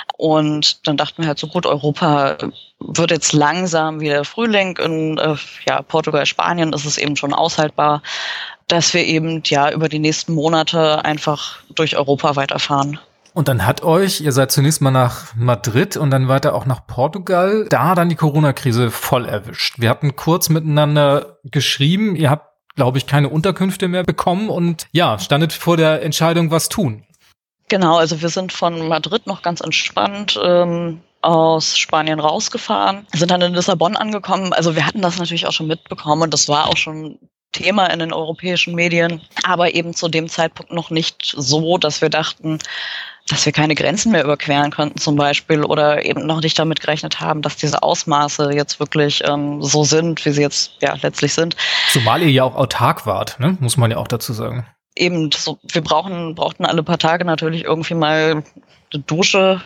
Speaker 2: Und dann dachten wir halt so, gut, Europa wird jetzt langsam wieder Frühling. In Portugal, Spanien ist es eben schon aushaltbar, dass wir eben über die nächsten Monate einfach durch Europa weiterfahren.
Speaker 1: Und dann ihr seid zunächst mal nach Madrid und dann weiter auch nach Portugal, da dann die Corona-Krise voll erwischt. Wir hatten kurz miteinander geschrieben, ihr habt, glaube ich, keine Unterkünfte mehr bekommen und standet vor der Entscheidung, was tun.
Speaker 2: Genau, also wir sind von Madrid noch ganz entspannt aus Spanien rausgefahren, sind dann in Lissabon angekommen. Also wir hatten das natürlich auch schon mitbekommen und das war auch schon Thema in den europäischen Medien, aber eben zu dem Zeitpunkt noch nicht so, dass wir dachten, dass wir keine Grenzen mehr überqueren könnten zum Beispiel oder eben noch nicht damit gerechnet haben, dass diese Ausmaße jetzt wirklich so sind, wie sie jetzt letztlich sind.
Speaker 1: Zumal ihr ja auch autark wart, ne? Muss man ja auch dazu sagen.
Speaker 2: Eben, so, wir brauchten alle paar Tage natürlich irgendwie mal eine Dusche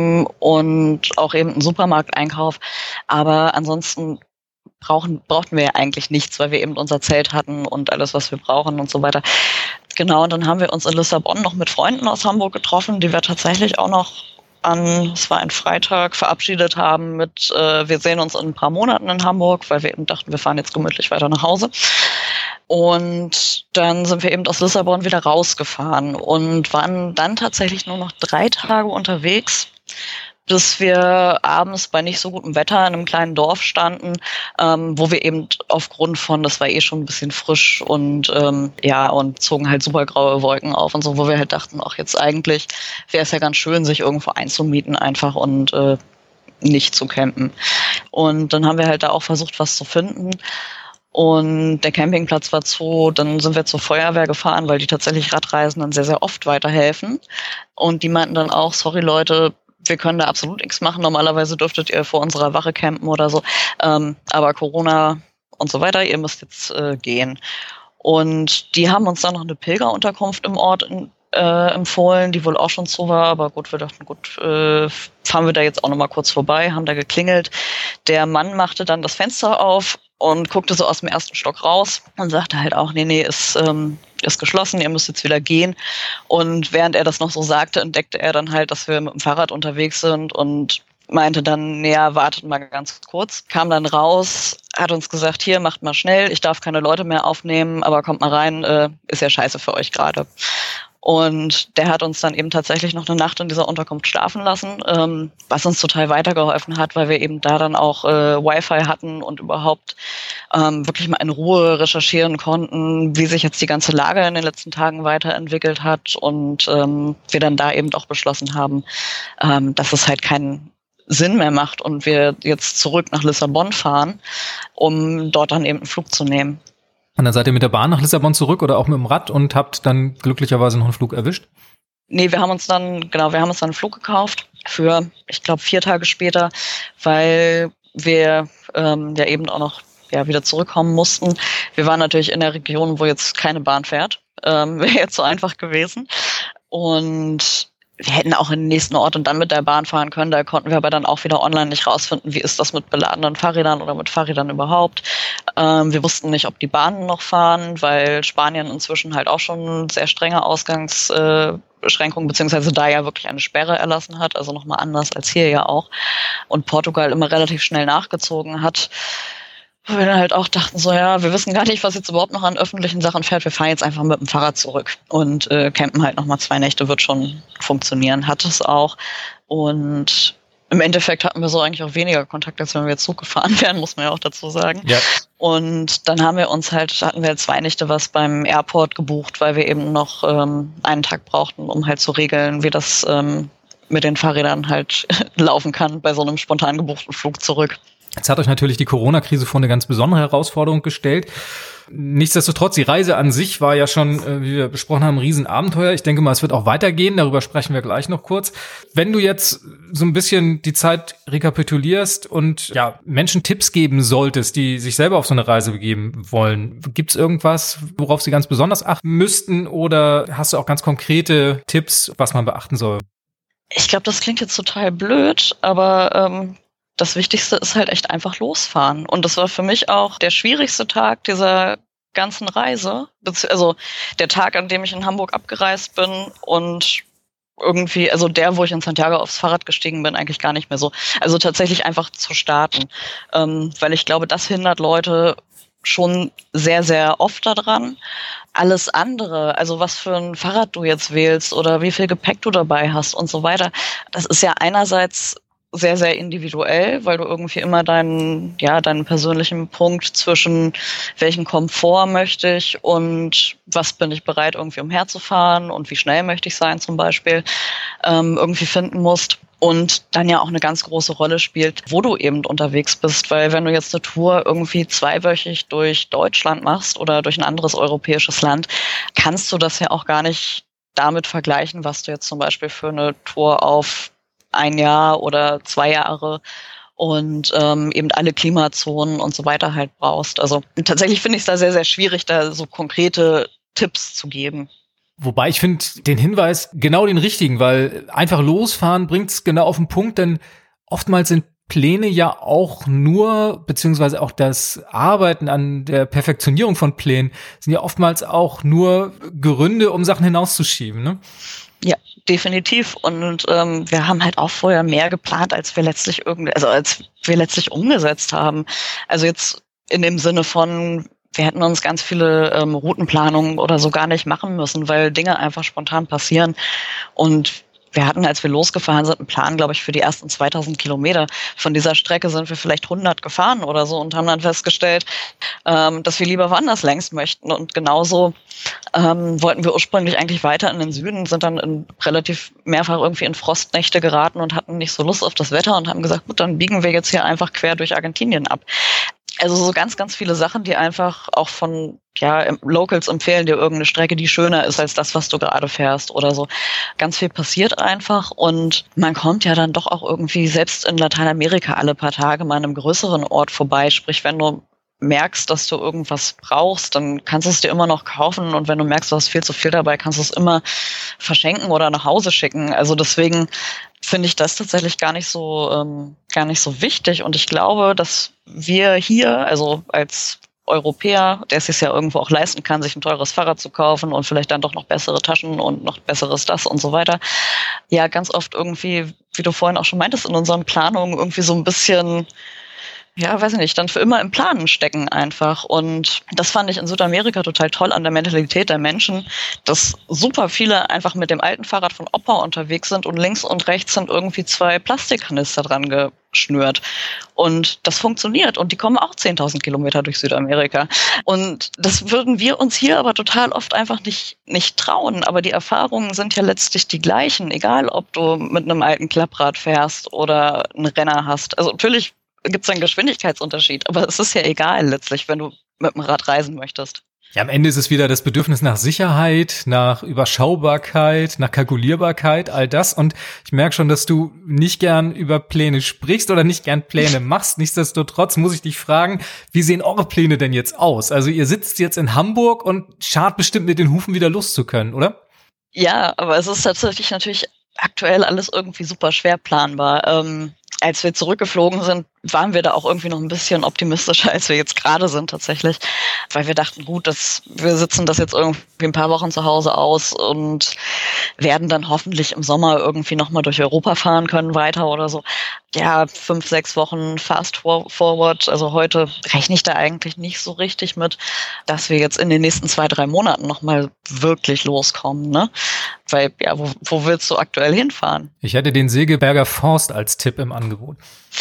Speaker 2: und auch eben einen Supermarkteinkauf. Aber ansonsten brauchten wir ja eigentlich nichts, weil wir eben unser Zelt hatten und alles, was wir brauchen und so weiter. Genau, und dann haben wir uns in Lissabon noch mit Freunden aus Hamburg getroffen, die wir tatsächlich auch noch es war ein Freitag, verabschiedet haben mit, wir sehen uns in ein paar Monaten in Hamburg, weil wir eben dachten, wir fahren jetzt gemütlich weiter nach Hause. Und dann sind wir eben aus Lissabon wieder rausgefahren und waren dann tatsächlich nur noch 3 Tage unterwegs, bis wir abends bei nicht so gutem Wetter in einem kleinen Dorf standen, wo wir eben aufgrund von, das war schon ein bisschen frisch und und zogen halt super graue Wolken auf und so, wo wir halt dachten, ach, jetzt eigentlich wäre es ja ganz schön, sich irgendwo einzumieten einfach und nicht zu campen. Und dann haben wir halt da auch versucht, was zu finden. Und der Campingplatz war zu, dann sind wir zur Feuerwehr gefahren, weil die tatsächlich Radreisenden sehr, sehr oft weiterhelfen. Und die meinten dann auch, sorry Leute, wir können da absolut nichts machen. Normalerweise dürftet ihr vor unserer Wache campen oder so. Aber Corona und so weiter, ihr müsst jetzt gehen. Und die haben uns dann noch eine Pilgerunterkunft im Ort empfohlen, die wohl auch schon zu war. Aber gut, wir dachten, gut, fahren wir da jetzt auch noch mal kurz vorbei, haben da geklingelt. Der Mann machte dann das Fenster auf und guckte so aus dem 1. Stock raus und sagte halt auch, nee, ist geschlossen, ihr müsst jetzt wieder gehen. Und während er das noch so sagte, entdeckte er dann halt, dass wir mit dem Fahrrad unterwegs sind und meinte dann, naja, wartet mal ganz kurz. Kam dann raus, hat uns gesagt, hier, macht mal schnell, ich darf keine Leute mehr aufnehmen, aber kommt mal rein, ist ja scheiße für euch gerade. Und der hat uns dann eben tatsächlich noch eine Nacht in dieser Unterkunft schlafen lassen, was uns total weitergeholfen hat, weil wir eben da dann auch Wi-Fi hatten und überhaupt wirklich mal in Ruhe recherchieren konnten, wie sich jetzt die ganze Lage in den letzten Tagen weiterentwickelt hat und wir dann da eben auch beschlossen haben, dass es halt keinen Sinn mehr macht und wir jetzt zurück nach Lissabon fahren, um dort dann eben einen Flug zu nehmen.
Speaker 1: Und dann seid ihr mit der Bahn nach Lissabon zurück oder auch mit dem Rad und habt dann glücklicherweise noch einen Flug erwischt?
Speaker 2: Nee, wir haben uns dann einen Flug gekauft für, ich glaube, 4 Tage später, weil wir ja eben auch noch wieder zurückkommen mussten. Wir waren natürlich in der Region, wo jetzt keine Bahn fährt. Wäre jetzt so einfach gewesen. Und wir hätten auch in den nächsten Ort und dann mit der Bahn fahren können. Da konnten wir aber dann auch wieder online nicht rausfinden, wie ist das mit beladenen Fahrrädern oder mit Fahrrädern überhaupt. Wir wussten nicht, ob die Bahnen noch fahren, weil Spanien inzwischen halt auch schon sehr strenge Ausgangsbeschränkungen, beziehungsweise da ja wirklich eine Sperre erlassen hat, also nochmal anders als hier ja auch. Und Portugal immer relativ schnell nachgezogen hat. Wo wir dann halt auch dachten, so ja, wir wissen gar nicht, was jetzt überhaupt noch an öffentlichen Sachen fährt. Wir fahren jetzt einfach mit dem Fahrrad zurück und campen halt nochmal 2 Nächte, wird schon funktionieren. Hat es auch. Und im Endeffekt hatten wir so eigentlich auch weniger Kontakt, als wenn wir jetzt Zug gefahren wären, muss man ja auch dazu sagen. Ja. Und dann hatten wir 2 Nächte was beim Airport gebucht, weil wir eben noch einen Tag brauchten, um halt zu regeln, wie das mit den Fahrrädern halt laufen kann bei so einem spontan gebuchten Flug zurück.
Speaker 1: Jetzt hat euch natürlich die Corona-Krise vor eine ganz besondere Herausforderung gestellt. Nichtsdestotrotz, die Reise an sich war ja schon, wie wir besprochen haben, ein Riesenabenteuer. Ich denke mal, es wird auch weitergehen. Darüber sprechen wir gleich noch kurz. Wenn du jetzt so ein bisschen die Zeit rekapitulierst und Menschen Tipps geben solltest, die sich selber auf so eine Reise begeben wollen, gibt es irgendwas, worauf sie ganz besonders achten müssten? Oder hast du auch ganz konkrete Tipps, was man beachten soll?
Speaker 2: Ich glaube, das klingt jetzt total blöd, aber das Wichtigste ist halt echt einfach losfahren. Und das war für mich auch der schwierigste Tag dieser ganzen Reise. Also der Tag, an dem ich in Hamburg abgereist bin und irgendwie, also der, wo ich in Santiago aufs Fahrrad gestiegen bin, eigentlich gar nicht mehr so. Also tatsächlich einfach zu starten. Weil ich glaube, das hindert Leute schon sehr, sehr oft daran. Alles andere, also was für ein Fahrrad du jetzt wählst oder wie viel Gepäck du dabei hast und so weiter, das ist ja einerseits sehr, sehr individuell, weil du irgendwie immer deinen persönlichen Punkt zwischen welchen Komfort möchte ich und was bin ich bereit irgendwie umherzufahren und wie schnell möchte ich sein zum Beispiel, irgendwie finden musst. Und dann ja auch eine ganz große Rolle spielt, wo du eben unterwegs bist. Weil wenn du jetzt eine Tour irgendwie 2-wöchig durch Deutschland machst oder durch ein anderes europäisches Land, kannst du das ja auch gar nicht damit vergleichen, was du jetzt zum Beispiel für eine Tour auf 1 Jahr oder 2 Jahre und eben alle Klimazonen und so weiter halt brauchst. Also tatsächlich finde ich es da sehr, sehr schwierig, da so konkrete Tipps zu geben.
Speaker 1: Wobei ich finde den Hinweis genau den richtigen, weil einfach losfahren bringt es genau auf den Punkt, denn oftmals sind Pläne ja auch nur, beziehungsweise auch das Arbeiten an der Perfektionierung von Plänen sind ja oftmals auch nur Gründe, um Sachen hinauszuschieben, ne?
Speaker 2: Ja, definitiv. Und wir haben halt auch vorher mehr geplant, als wir letztlich umgesetzt haben. Also jetzt in dem Sinne von, wir hätten uns ganz viele Routenplanungen oder so gar nicht machen müssen, weil Dinge einfach spontan passieren. Und wir hatten, als wir losgefahren sind, einen Plan, glaube ich, für die ersten 2000 Kilometer. Von dieser Strecke sind wir vielleicht 100 gefahren oder so und haben dann festgestellt, dass wir lieber woanders längs möchten. Und genauso wollten wir ursprünglich eigentlich weiter in den Süden, sind dann relativ mehrfach irgendwie in Frostnächte geraten und hatten nicht so Lust auf das Wetter und haben gesagt, gut, dann biegen wir jetzt hier einfach quer durch Argentinien ab. Also so ganz, ganz viele Sachen, die einfach auch von Locals empfehlen dir irgendeine Strecke, die schöner ist als das, was du gerade fährst oder so. Ganz viel passiert einfach und man kommt ja dann doch auch irgendwie selbst in Lateinamerika alle paar Tage mal an einem größeren Ort vorbei. Sprich, wenn du merkst, dass du irgendwas brauchst, dann kannst du es dir immer noch kaufen und wenn du merkst, du hast viel zu viel dabei, kannst du es immer verschenken oder nach Hause schicken. Also deswegen finde ich das tatsächlich gar nicht so wichtig und ich glaube, dass wir hier, also als Europäer, der es sich ja irgendwo auch leisten kann, sich ein teures Fahrrad zu kaufen und vielleicht dann doch noch bessere Taschen und noch besseres das und so weiter, ja ganz oft irgendwie, wie du vorhin auch schon meintest, in unseren Planungen irgendwie so ein bisschen weiß ich nicht, dann für immer im Planen stecken einfach. Und das fand ich in Südamerika total toll an der Mentalität der Menschen, dass super viele einfach mit dem alten Fahrrad von Opa unterwegs sind und links und rechts sind irgendwie 2 Plastikkanister dran geschnürt. Und das funktioniert und die kommen auch 10.000 Kilometer durch Südamerika. Und das würden wir uns hier aber total oft einfach nicht trauen. Aber die Erfahrungen sind ja letztlich die gleichen, egal ob du mit einem alten Klapprad fährst oder einen Renner hast. Also natürlich gibt es einen Geschwindigkeitsunterschied, aber es ist ja egal letztlich, wenn du mit dem Rad reisen möchtest.
Speaker 1: Ja, am Ende ist es wieder das Bedürfnis nach Sicherheit, nach Überschaubarkeit, nach Kalkulierbarkeit, all das. Und ich merke schon, dass du nicht gern über Pläne sprichst oder nicht gern Pläne machst. Nichtsdestotrotz muss ich dich fragen, wie sehen eure Pläne denn jetzt aus? Also ihr sitzt jetzt in Hamburg und schart bestimmt mit den Hufen wieder los zu können, oder?
Speaker 2: Ja, aber es ist tatsächlich natürlich aktuell alles irgendwie super schwer planbar. Als wir zurückgeflogen sind, waren wir da auch irgendwie noch ein bisschen optimistischer, als wir jetzt gerade sind tatsächlich, weil wir dachten, gut, wir sitzen das jetzt irgendwie ein paar Wochen zu Hause aus und werden dann hoffentlich im Sommer irgendwie nochmal durch Europa fahren können weiter oder so. Ja, 5, 6 Wochen fast forward, also heute rechne ich da eigentlich nicht so richtig mit, dass wir jetzt in den nächsten 2, 3 Monaten nochmal wirklich loskommen, ne? Weil, ja, wo willst du aktuell hinfahren?
Speaker 1: Ich hätte den Segeberger Forst als Tipp im Angebot.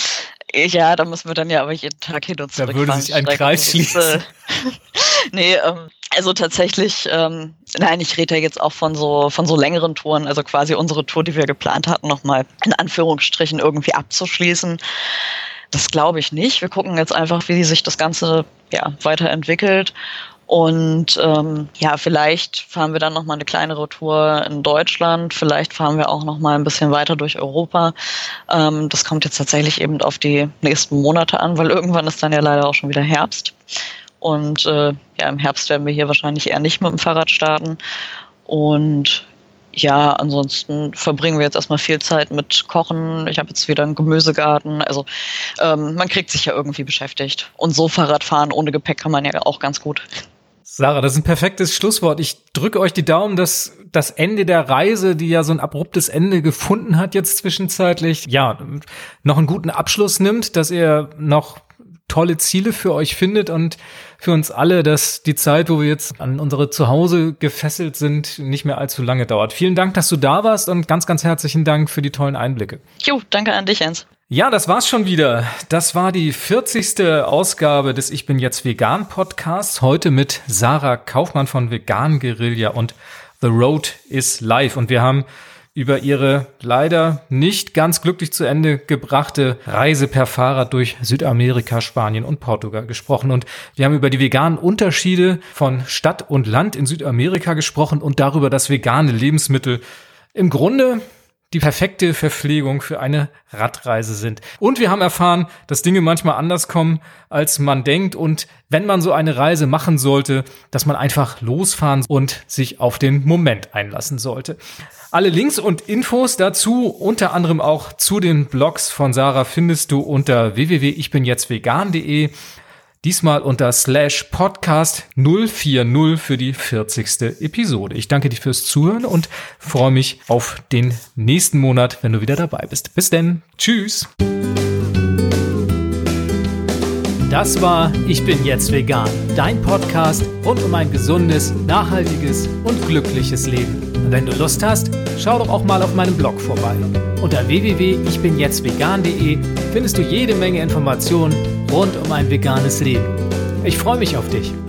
Speaker 2: Ja, da müssen wir dann ja aber jeden Tag hin und zurück.
Speaker 1: Da würde sich ein Kreis schließen.
Speaker 2: Nee, also tatsächlich, nein, ich rede ja jetzt auch von so längeren Touren, also quasi unsere Tour, die wir geplant hatten, nochmal in Anführungsstrichen irgendwie abzuschließen. Das glaube ich nicht. Wir gucken jetzt einfach, wie sich das Ganze weiterentwickelt. Und vielleicht fahren wir dann nochmal eine kleinere Tour in Deutschland. Vielleicht fahren wir auch nochmal ein bisschen weiter durch Europa. Das kommt jetzt tatsächlich eben auf die nächsten Monate an, weil irgendwann ist dann ja leider auch schon wieder Herbst. Und im Herbst werden wir hier wahrscheinlich eher nicht mit dem Fahrrad starten. Und ja, ansonsten verbringen wir jetzt erstmal viel Zeit mit Kochen. Ich habe jetzt wieder einen Gemüsegarten. Also man kriegt sich ja irgendwie beschäftigt. Und so Fahrradfahren ohne Gepäck kann man ja auch ganz gut.
Speaker 1: Sarah, das ist ein perfektes Schlusswort. Ich drücke euch die Daumen, dass das Ende der Reise, die ja so ein abruptes Ende gefunden hat jetzt zwischenzeitlich, noch einen guten Abschluss nimmt, dass ihr noch tolle Ziele für euch findet und für uns alle, dass die Zeit, wo wir jetzt an unsere Zuhause gefesselt sind, nicht mehr allzu lange dauert. Vielen Dank, dass du da warst und ganz, ganz herzlichen Dank für die tollen Einblicke.
Speaker 2: Jo, danke an dich, Jens.
Speaker 1: Ja, das war's schon wieder. Das war die 40. Ausgabe des Ich bin jetzt vegan Podcasts. Heute mit Sarah Kaufmann von Vegan Guerilla und The Road is Life. Und wir haben über ihre leider nicht ganz glücklich zu Ende gebrachte Reise per Fahrrad durch Südamerika, Spanien und Portugal gesprochen. Und wir haben über die veganen Unterschiede von Stadt und Land in Südamerika gesprochen und darüber, dass vegane Lebensmittel im Grunde die perfekte Verpflegung für eine Radreise sind. Und wir haben erfahren, dass Dinge manchmal anders kommen, als man denkt. Und wenn man so eine Reise machen sollte, dass man einfach losfahren und sich auf den Moment einlassen sollte. Alle Links und Infos dazu, unter anderem auch zu den Blogs von Sarah, findest du unter www.ichbinjetztvegan.de. Diesmal unter /podcast 040 für die 40. Episode. Ich danke dir fürs Zuhören und freue mich auf den nächsten Monat, wenn du wieder dabei bist. Bis denn. Tschüss. Das war Ich bin jetzt vegan, dein Podcast rund um ein gesundes, nachhaltiges und glückliches Leben. Wenn du Lust hast, schau doch auch mal auf meinem Blog vorbei. Unter www.ichbinjetztvegan.de findest du jede Menge Informationen rund um ein veganes Leben. Ich freue mich auf dich.